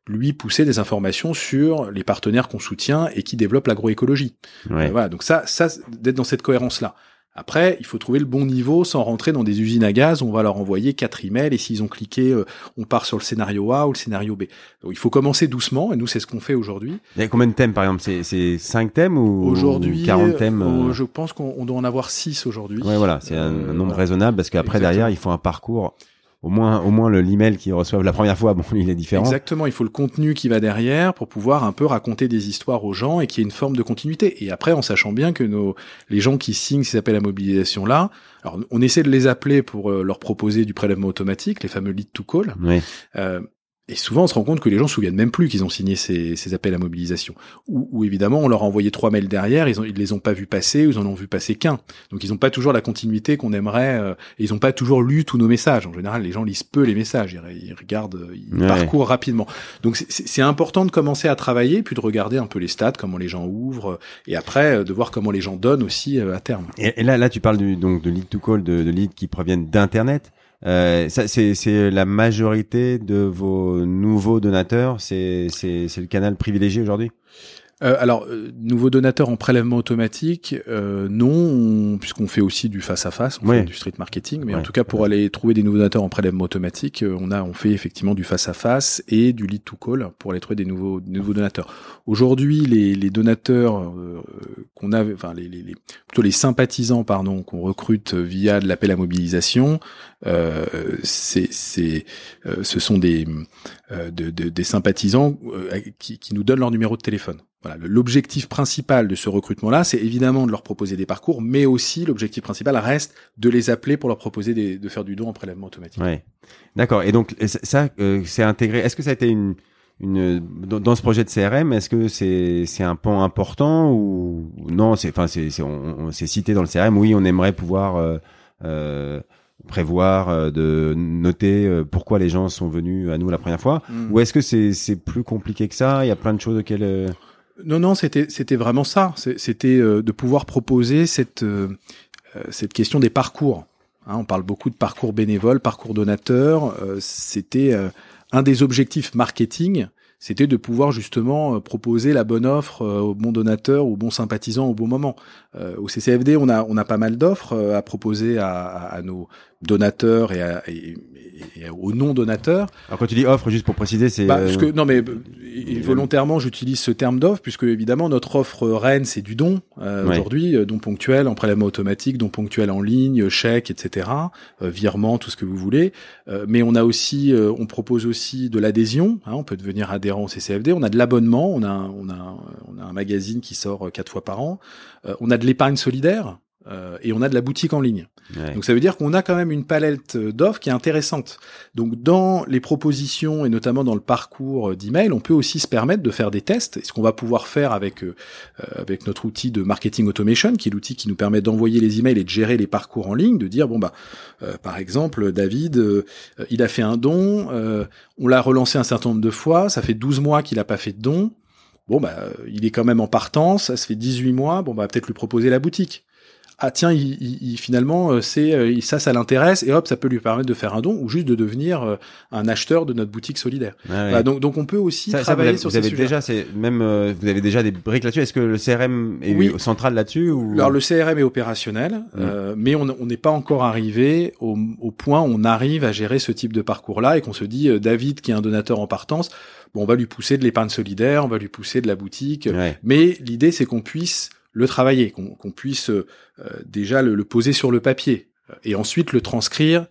lui pousser des informations sur les partenaires qu'on soutient et qui développent l'agroécologie. Ouais. Voilà, donc ça d'être dans cette cohérence-là. Après, il faut trouver le bon niveau sans rentrer dans des usines à gaz où on va leur envoyer 4 emails et s'ils ont cliqué, on part sur le scénario A ou le scénario B. Donc il faut commencer doucement et nous c'est ce qu'on fait aujourd'hui. Il y a combien de thèmes par exemple? C'est 5 thèmes ou aujourd'hui 40 thèmes? Je pense qu'on doit en avoir 6 aujourd'hui. Ouais, voilà, c'est un nombre raisonnable parce qu'après derrière, il faut un parcours. Au moins l'email qu'ils reçoivent la première fois, bon, il est différent. Exactement, il faut le contenu qui va derrière pour pouvoir un peu raconter des histoires aux gens et qu'il y ait une forme de continuité. Et après, en sachant bien que les gens qui signent ces appels à mobilisation là, alors on essaie de les appeler pour leur proposer du prélèvement automatique, les fameux lead to call. Oui. Et souvent, on se rend compte que les gens se souviennent même plus qu'ils ont signé ces appels à mobilisation. Ou évidemment, on leur a envoyé 3 mails derrière, ils les ont pas vus passer, ou ils en ont vu passer qu'un. Donc, ils ont pas toujours la continuité qu'on aimerait, et ils ont pas toujours lu tous nos messages. En général, les gens lisent peu les messages, ils regardent, ils parcourent rapidement. Donc, c'est important de commencer à travailler, puis de regarder un peu les stats, comment les gens ouvrent, et après, de voir comment les gens donnent aussi à terme. Et là, tu parles donc de lead to call, de leads qui proviennent d'Internet. Ça, c'est la majorité de vos nouveaux donateurs. C'est le canal privilégié aujourd'hui. Alors, nouveaux donateurs en prélèvement automatique, non, puisqu'on fait aussi du face-à-face, on fait du street marketing, mais en tout cas, pour aller trouver des nouveaux donateurs en prélèvement automatique, on fait effectivement du face-à-face et du lead to call pour aller trouver des nouveaux donateurs. Aujourd'hui, les donateurs qu'on a, enfin plutôt les sympathisants, qu'on recrute via de l'appel à mobilisation, ce sont des sympathisants qui nous donnent leur numéro de téléphone. Voilà, l'objectif principal de ce recrutement-là, c'est évidemment de leur proposer des parcours, mais aussi l'objectif principal reste de les appeler pour leur proposer de faire du don en prélèvement automatique. Ouais, d'accord. Et donc ça, c'est intégré. Est-ce que ça a été dans ce projet de CRM, est-ce que c'est un pan important ou non? C'est cité dans le CRM. Oui, on aimerait pouvoir prévoir de noter pourquoi les gens sont venus à nous la première fois. Ou est-ce que c'est plus compliqué que ça? Il y a plein de choses auxquelles Non, c'était vraiment ça. C'était de pouvoir proposer cette question des parcours. Hein, on parle beaucoup de parcours bénévoles, parcours donateurs. C'était un des objectifs marketing. C'était de pouvoir justement proposer la bonne offre aux bons donateurs, aux bons sympathisants au bon moment. Au CCFD, on a pas mal d'offres à proposer à nos donateurs et aux non-donateurs. Alors quand tu dis offre, juste pour préciser, c'est... volontairement, j'utilise ce terme d'offre, puisque évidemment, notre offre reine, c'est du don. Aujourd'hui, don ponctuel, en prélèvement automatique, don ponctuel en ligne, chèque, etc., virement, tout ce que vous voulez. Mais on a aussi, on propose aussi de l'adhésion. Hein, on peut devenir adhérent au CCFD. On a de l'abonnement. On a un magazine qui sort 4 fois par an. On a de l'épargne solidaire. Et on a de la boutique en ligne. Ouais. Donc ça veut dire qu'on a quand même une palette d'offres qui est intéressante. Donc dans les propositions et notamment dans le parcours d'email, on peut aussi se permettre de faire des tests. Et ce qu'on va pouvoir faire avec notre outil de marketing automation, qui est l'outil qui nous permet d'envoyer les emails et de gérer les parcours en ligne, de dire par exemple David, il a fait un don, on l'a relancé un certain nombre de fois, ça fait 12 mois qu'il a pas fait de don. Il est quand même en partance, ça se fait 18 mois, peut-être lui proposer la boutique. Ah tiens, finalement, ça l'intéresse, et hop, ça peut lui permettre de faire un don, ou juste de devenir un acheteur de notre boutique solidaire. Ah, ouais. Donc on peut aussi travailler sur ces sujets. Vous avez déjà des briques là-dessus. Est-ce que le CRM est central là-dessus ou... Alors le CRM est opérationnel, mais on n'est pas encore arrivé au point où on arrive à gérer ce type de parcours-là, et qu'on se dit, David, qui est un donateur en partance, on va lui pousser de l'épargne solidaire, on va lui pousser de la boutique, mais l'idée, c'est qu'on puisse le travailler, qu'on puisse déjà le poser sur le papier et ensuite le transcrire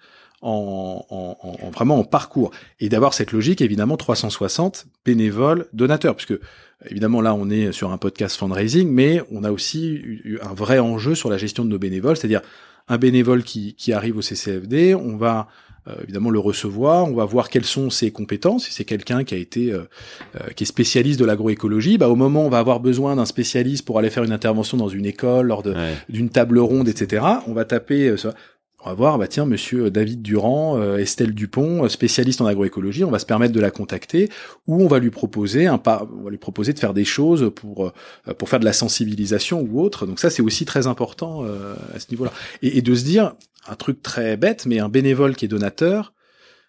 vraiment en parcours, et d'avoir cette logique évidemment 360 bénévoles donateurs, puisque évidemment là on est sur un podcast fundraising, mais on a aussi eu un vrai enjeu sur la gestion de nos bénévoles, c'est-à-dire un bénévole qui arrive au CCFD, on va évidemment le recevoir, on va voir quelles sont ses compétences. Si c'est quelqu'un qui qui est spécialiste de l'agroécologie, au moment où on va avoir besoin d'un spécialiste pour aller faire une intervention dans une école, lors d'une table ronde, etc., on va taper on va voir, tiens, monsieur David Durand, Estelle Dupont, spécialiste en agroécologie, on va se permettre de la contacter, ou on va lui proposer de faire des choses pour faire de la sensibilisation ou autre. Donc ça, c'est aussi très important à ce niveau-là. Et de se dire, un truc très bête, mais un bénévole qui est donateur,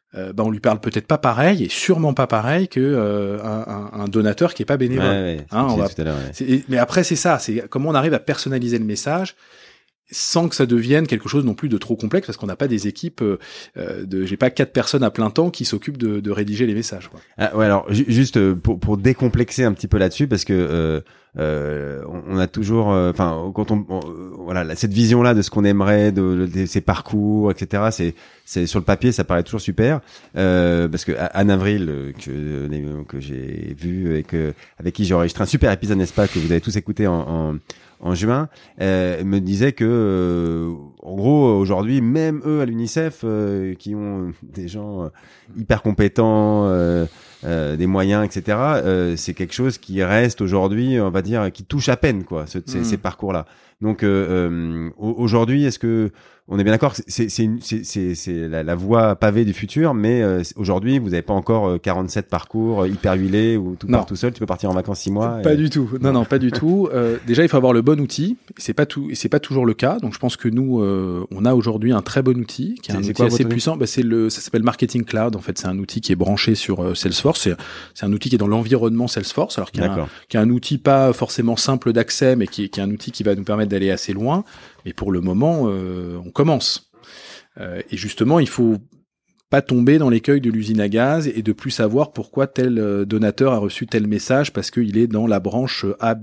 on lui parle peut-être pas pareil et sûrement pas pareil que un donateur qui est pas bénévole. Ouais, tout à l'heure, mais après c'est ça, c'est comment on arrive à personnaliser le message sans que ça devienne quelque chose non plus de trop complexe, parce qu'on n'a pas des équipes j'ai pas 4 personnes à plein temps qui s'occupent de rédiger les messages, quoi. Ah, ouais, alors juste pour décomplexer un petit peu là-dessus, parce que on a toujours, enfin, quand voilà, cette vision-là de ce qu'on aimerait, de ces parcours, etc. C'est sur le papier, ça paraît toujours super, parce que Anne Avril que j'ai vu et avec qui j'ai enregistré un super épisode, n'est-ce pas, que vous avez tous écouté en juin, me disait que en gros aujourd'hui, même eux à l'UNICEF qui ont des gens hyper compétents, des moyens, etc. C'est quelque chose qui reste aujourd'hui, on va dire, qui touche à peine, quoi, ces parcours-là. Donc aujourd'hui, est-ce que on est bien d'accord, c'est la voie pavée du futur, mais aujourd'hui, vous n'avez pas encore 47 parcours hyper huilés où tout part tout seul. Tu peux partir en vacances 6 mois. Pas du tout. Non, pas du tout. Déjà, il faut avoir le bon outil. C'est pas pas toujours le cas. Donc, je pense que nous, on a aujourd'hui un très bon outil, qui est un outil assez puissant. Ça s'appelle Marketing Cloud. En fait, c'est un outil qui est branché sur Salesforce. C'est un outil qui est dans l'environnement Salesforce, alors qui est un outil pas forcément simple d'accès, mais qui est un outil qui va nous permettre d'aller assez loin. Mais pour le moment, on commence. Et justement, il faut pas tomber dans l'écueil de l'usine à gaz et de plus savoir pourquoi tel donateur a reçu tel message parce qu'il est dans la branche AB'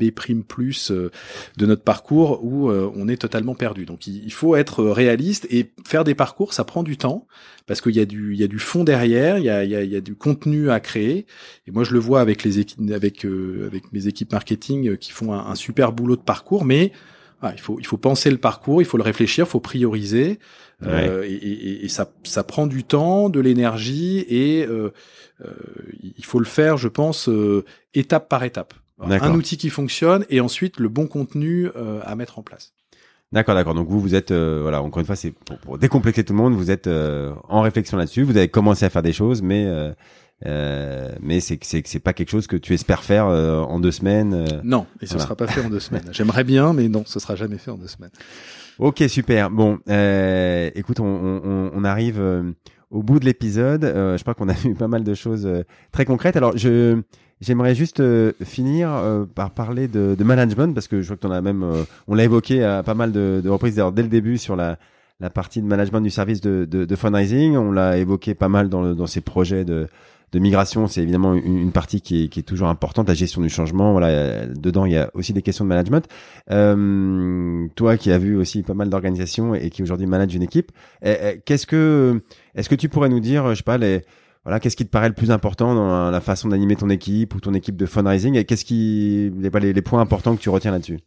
de notre parcours où on est totalement perdu. Donc il faut être réaliste et faire des parcours, ça prend du temps parce qu'il y a du fond derrière, il y a du contenu à créer. Et moi je le vois avec les équipes, avec mes équipes marketing qui font un super boulot de parcours, mais il faut penser le parcours, il faut le réfléchir, il faut prioriser. Et ça prend du temps, de l'énergie et il faut le faire, je pense, étape par étape. Un outil qui fonctionne et ensuite le bon contenu à mettre en place. D'accord. Donc vous êtes, voilà, encore une fois, c'est pour décomplexer tout le monde, vous êtes en réflexion là-dessus. Vous avez commencé à faire des choses, mais c'est pas quelque chose que tu espères faire en 2 semaines. Non, et ce sera pas fait en 2 semaines. J'aimerais bien, mais non, ce sera jamais fait en 2 semaines. Ok, super. Bon, écoute, on arrive au bout de l'épisode. Je crois qu'on a vu pas mal de choses très concrètes. Alors, j'aimerais juste finir par parler de management, parce que je vois que t'en as même, on l'a évoqué à pas mal de reprises d'ailleurs dès le début sur la partie de management du service de fundraising. On l'a évoqué pas mal dans ces projets de migration. C'est évidemment une partie qui est toujours importante, la gestion du changement. Voilà, dedans il y a aussi des questions de management. Toi qui as vu aussi pas mal d'organisations et qui aujourd'hui manage une équipe, est-ce que tu pourrais nous dire, je sais pas, qu'est-ce qui te paraît le plus important dans la façon d'animer ton équipe ou ton équipe de fundraising, et qu'est-ce qui les points importants que tu retiens là-dessus?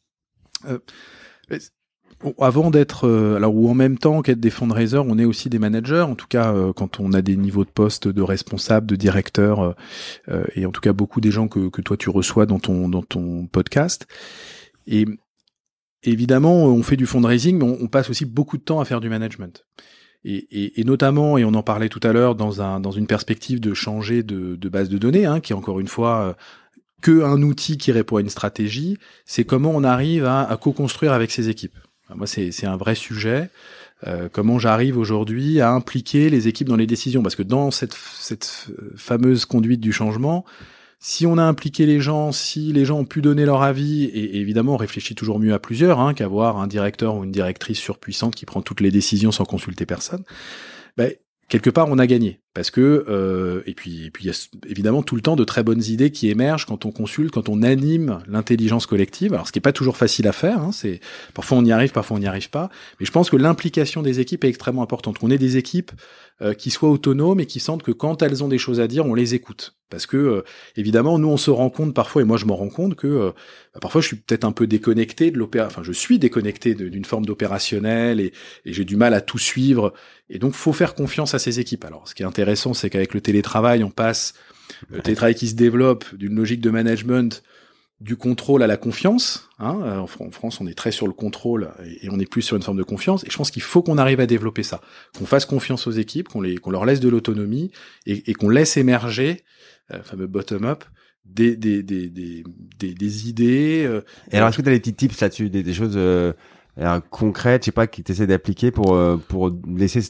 Avant d'être, ou en même temps qu'être des fundraisers, on est aussi des managers. En tout cas, quand on a des niveaux de poste de responsable, de directeur, et en tout cas beaucoup des gens que toi tu reçois dans ton podcast. Et évidemment, on fait du fundraising, mais on passe aussi beaucoup de temps à faire du management. Et notamment, et on en parlait tout à l'heure, dans une perspective de changer de base de données, qui est encore une fois que un outil qui répond à une stratégie. C'est comment on arrive à co-construire avec ses équipes. Moi, c'est un vrai sujet. Comment j'arrive aujourd'hui à impliquer les équipes dans les décisions, parce que dans cette fameuse conduite du changement, si on a impliqué les gens, si les gens ont pu donner leur avis, et évidemment on réfléchit toujours mieux à plusieurs qu'avoir un directeur ou une directrice surpuissante qui prend toutes les décisions sans consulter personne, quelque part on a gagné, parce que et puis il y a évidemment tout le temps de très bonnes idées qui émergent quand on consulte, quand on anime l'intelligence collective. Alors ce qui est pas toujours facile à faire, c'est parfois on y arrive, parfois on n'y arrive pas, mais je pense que l'implication des équipes est extrêmement importante. Qu'on ait des équipes qui soient autonomes et qui sentent que quand elles ont des choses à dire, on les écoute. Parce que évidemment, nous on se rend compte parfois, et moi je m'en rends compte que parfois je suis peut-être un peu déconnecté de je suis déconnecté d'une forme d'opérationnel et j'ai du mal à tout suivre. Et donc faut faire confiance à ces équipes. Alors ce qui est intéressant, c'est qu'avec le télétravail, on passe le télétravail qui se développe d'une logique de management du contrôle à la confiance. En France, on est très sur le contrôle et on est plus sur une forme de confiance. Et je pense qu'il faut qu'on arrive à développer ça, qu'on fasse confiance aux équipes, qu'on leur laisse de l'autonomie et qu'on laisse émerger, fameux bottom-up, des idées. Et alors, est-ce que tu as des petits tips là-dessus, des choses concrètes, je sais pas, qui t'essaient d'appliquer pour laisser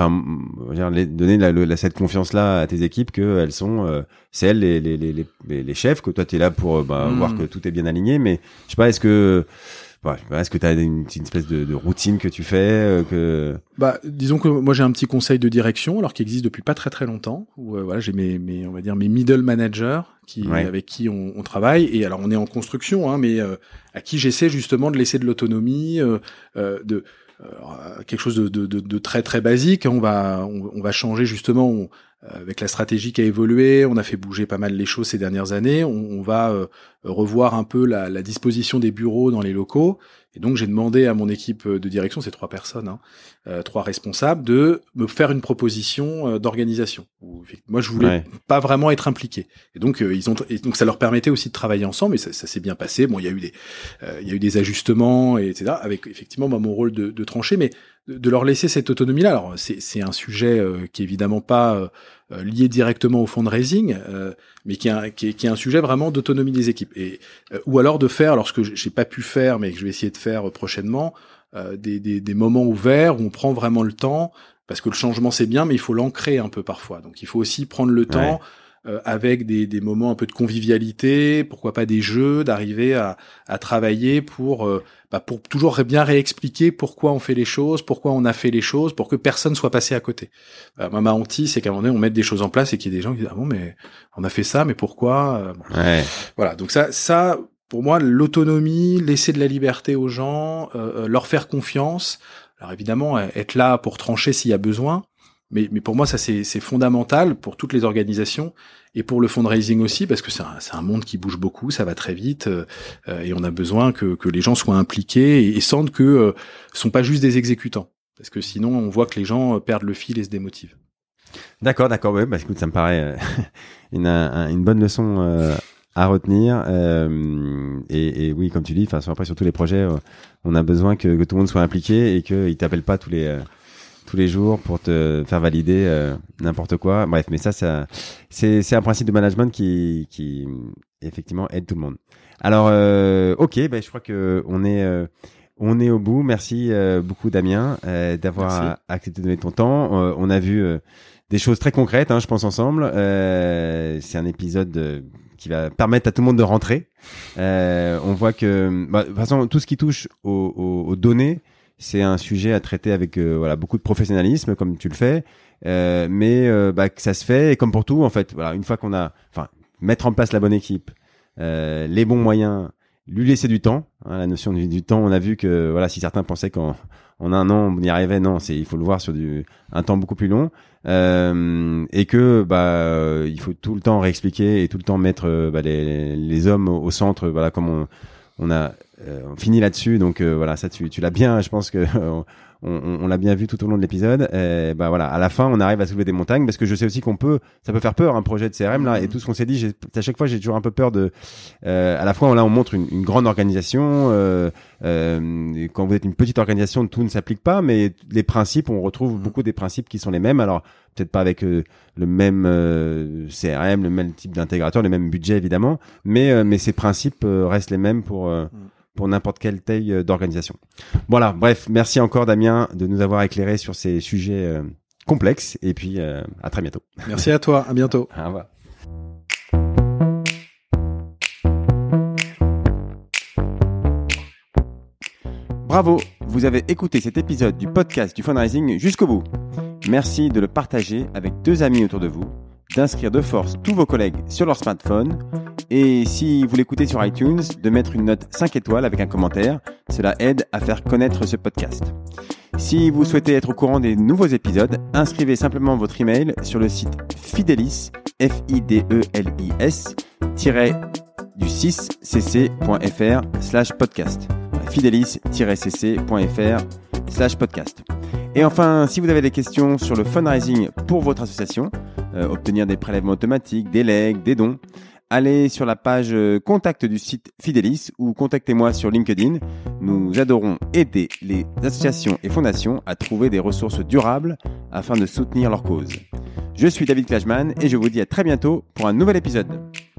donner cette confiance-là à tes équipes que elles sont c'est elles les chefs, que toi t'es là pour voir que tout est bien aligné, mais je sais pas, est-ce que tu as une espèce de routine que tu fais disons que moi j'ai un petit conseil de direction alors qui existe depuis pas très très longtemps où j'ai mes on va dire mes middle managers avec qui on travaille, et alors on est en construction mais à qui j'essaie justement de laisser de l'autonomie quelque chose de très très basique. On va changer justement avec la stratégie qui a évolué, on a fait bouger pas mal les choses ces dernières années. On va revoir un peu la disposition des bureaux dans les locaux. Et donc j'ai demandé à mon équipe de direction, c'est 3 personnes, 3 responsables, de me faire une proposition d'organisation. Moi je voulais pas vraiment être impliqué. Et donc donc ça leur permettait aussi de travailler ensemble, et ça s'est bien passé. Bon, il y a eu des ajustements, etc. Avec effectivement mon rôle de trancher, mais de leur laisser cette autonomie-là. Alors c'est un sujet qui est évidemment pas lié directement au fundraising, mais qui est un sujet vraiment d'autonomie des équipes. Et ou alors de faire, lorsque j'ai pas pu faire, mais que je vais essayer de faire prochainement, des moments ouverts où on prend vraiment le temps, parce que le changement c'est bien, mais il faut l'ancrer un peu parfois. Donc il faut aussi prendre le temps. Avec des moments un peu de convivialité, pourquoi pas des jeux, d'arriver à travailler pour toujours bien réexpliquer pourquoi on fait les choses, pourquoi on a fait les choses, pour que personne soit passé à côté. Ma hantise, c'est qu'à un moment donné, on mette des choses en place et qu'il y ait des gens qui disent « Ah bon, mais on a fait ça, mais pourquoi ?» Voilà, donc ça, pour moi, l'autonomie, laisser de la liberté aux gens, leur faire confiance. Alors évidemment, être là pour trancher s'il y a besoin. Mais pour moi, ça c'est fondamental pour toutes les organisations et pour le fundraising aussi, parce que c'est un monde qui bouge beaucoup, ça va très vite, et on a besoin que les gens soient impliqués et sentent que sont pas juste des exécutants, parce que sinon on voit que les gens perdent le fil et se démotivent. D'accord, ouais, écoute, ça me paraît une bonne leçon à retenir, et oui, comme tu dis, enfin après sur tous les projets, on a besoin que tout le monde soit impliqué et qu'ils t'appellent pas tous les jours pour te faire valider n'importe quoi. Bref, mais ça c'est un principe de management qui effectivement aide tout le monde. Alors OK, je crois que on est au bout. Merci beaucoup Damien d'avoir accepté de donner ton temps. On a vu des choses très concrètes, je pense ensemble. C'est un épisode qui va permettre à tout le monde de rentrer. On voit que de toute façon tout ce qui touche aux données, c'est un sujet à traiter avec beaucoup de professionnalisme comme tu le fais, mais que ça se fait, et comme pour tout en fait, une fois qu'on a mettre en place la bonne équipe, les bons moyens, lui laisser du temps, la notion du temps, on a vu que si certains pensaient qu'en un an on y arrivait, non, il faut le voir sur un temps beaucoup plus long, et que il faut tout le temps réexpliquer et tout le temps mettre les hommes au centre, comme on a fini là-dessus, donc ça tu l'as bien, je pense que on l'a bien vu tout au long de l'épisode. À la fin on arrive à soulever des montagnes, parce que je sais aussi ça peut faire peur un projet de CRM là, et tout ce qu'on s'est dit, à chaque fois j'ai toujours un peu peur de à la fois là on montre une grande organisation, quand vous êtes une petite organisation tout ne s'applique pas, mais les principes, on retrouve beaucoup des principes qui sont les mêmes, alors peut-être pas avec le même CRM, le même type d'intégrateur, le même budget évidemment, mais ces principes restent les mêmes pour n'importe quelle taille d'organisation. Voilà, bref, merci encore Damien de nous avoir éclairé sur ces sujets complexes, et puis à très bientôt. Merci à toi, à bientôt. Au revoir. Bravo, vous avez écouté cet épisode du podcast du fundraising jusqu'au bout. Merci de le partager avec 2 amis autour de vous, d'inscrire de force tous vos collègues sur leur smartphone, et si vous l'écoutez sur iTunes, de mettre une note 5 étoiles avec un commentaire. Cela aide à faire connaître ce podcast. Si vous souhaitez être au courant des nouveaux épisodes, inscrivez simplement votre email sur le site Fidelis, fidelis-cc.fr/podcast. fidelis-cc.fr/podcast. Et enfin, si vous avez des questions sur le fundraising pour votre association, obtenir des prélèvements automatiques, des legs, des dons, allez sur la page contact du site Fidelis ou contactez-moi sur LinkedIn. Nous adorons aider les associations et fondations à trouver des ressources durables afin de soutenir leur cause. Je suis David Klajman et je vous dis à très bientôt pour un nouvel épisode.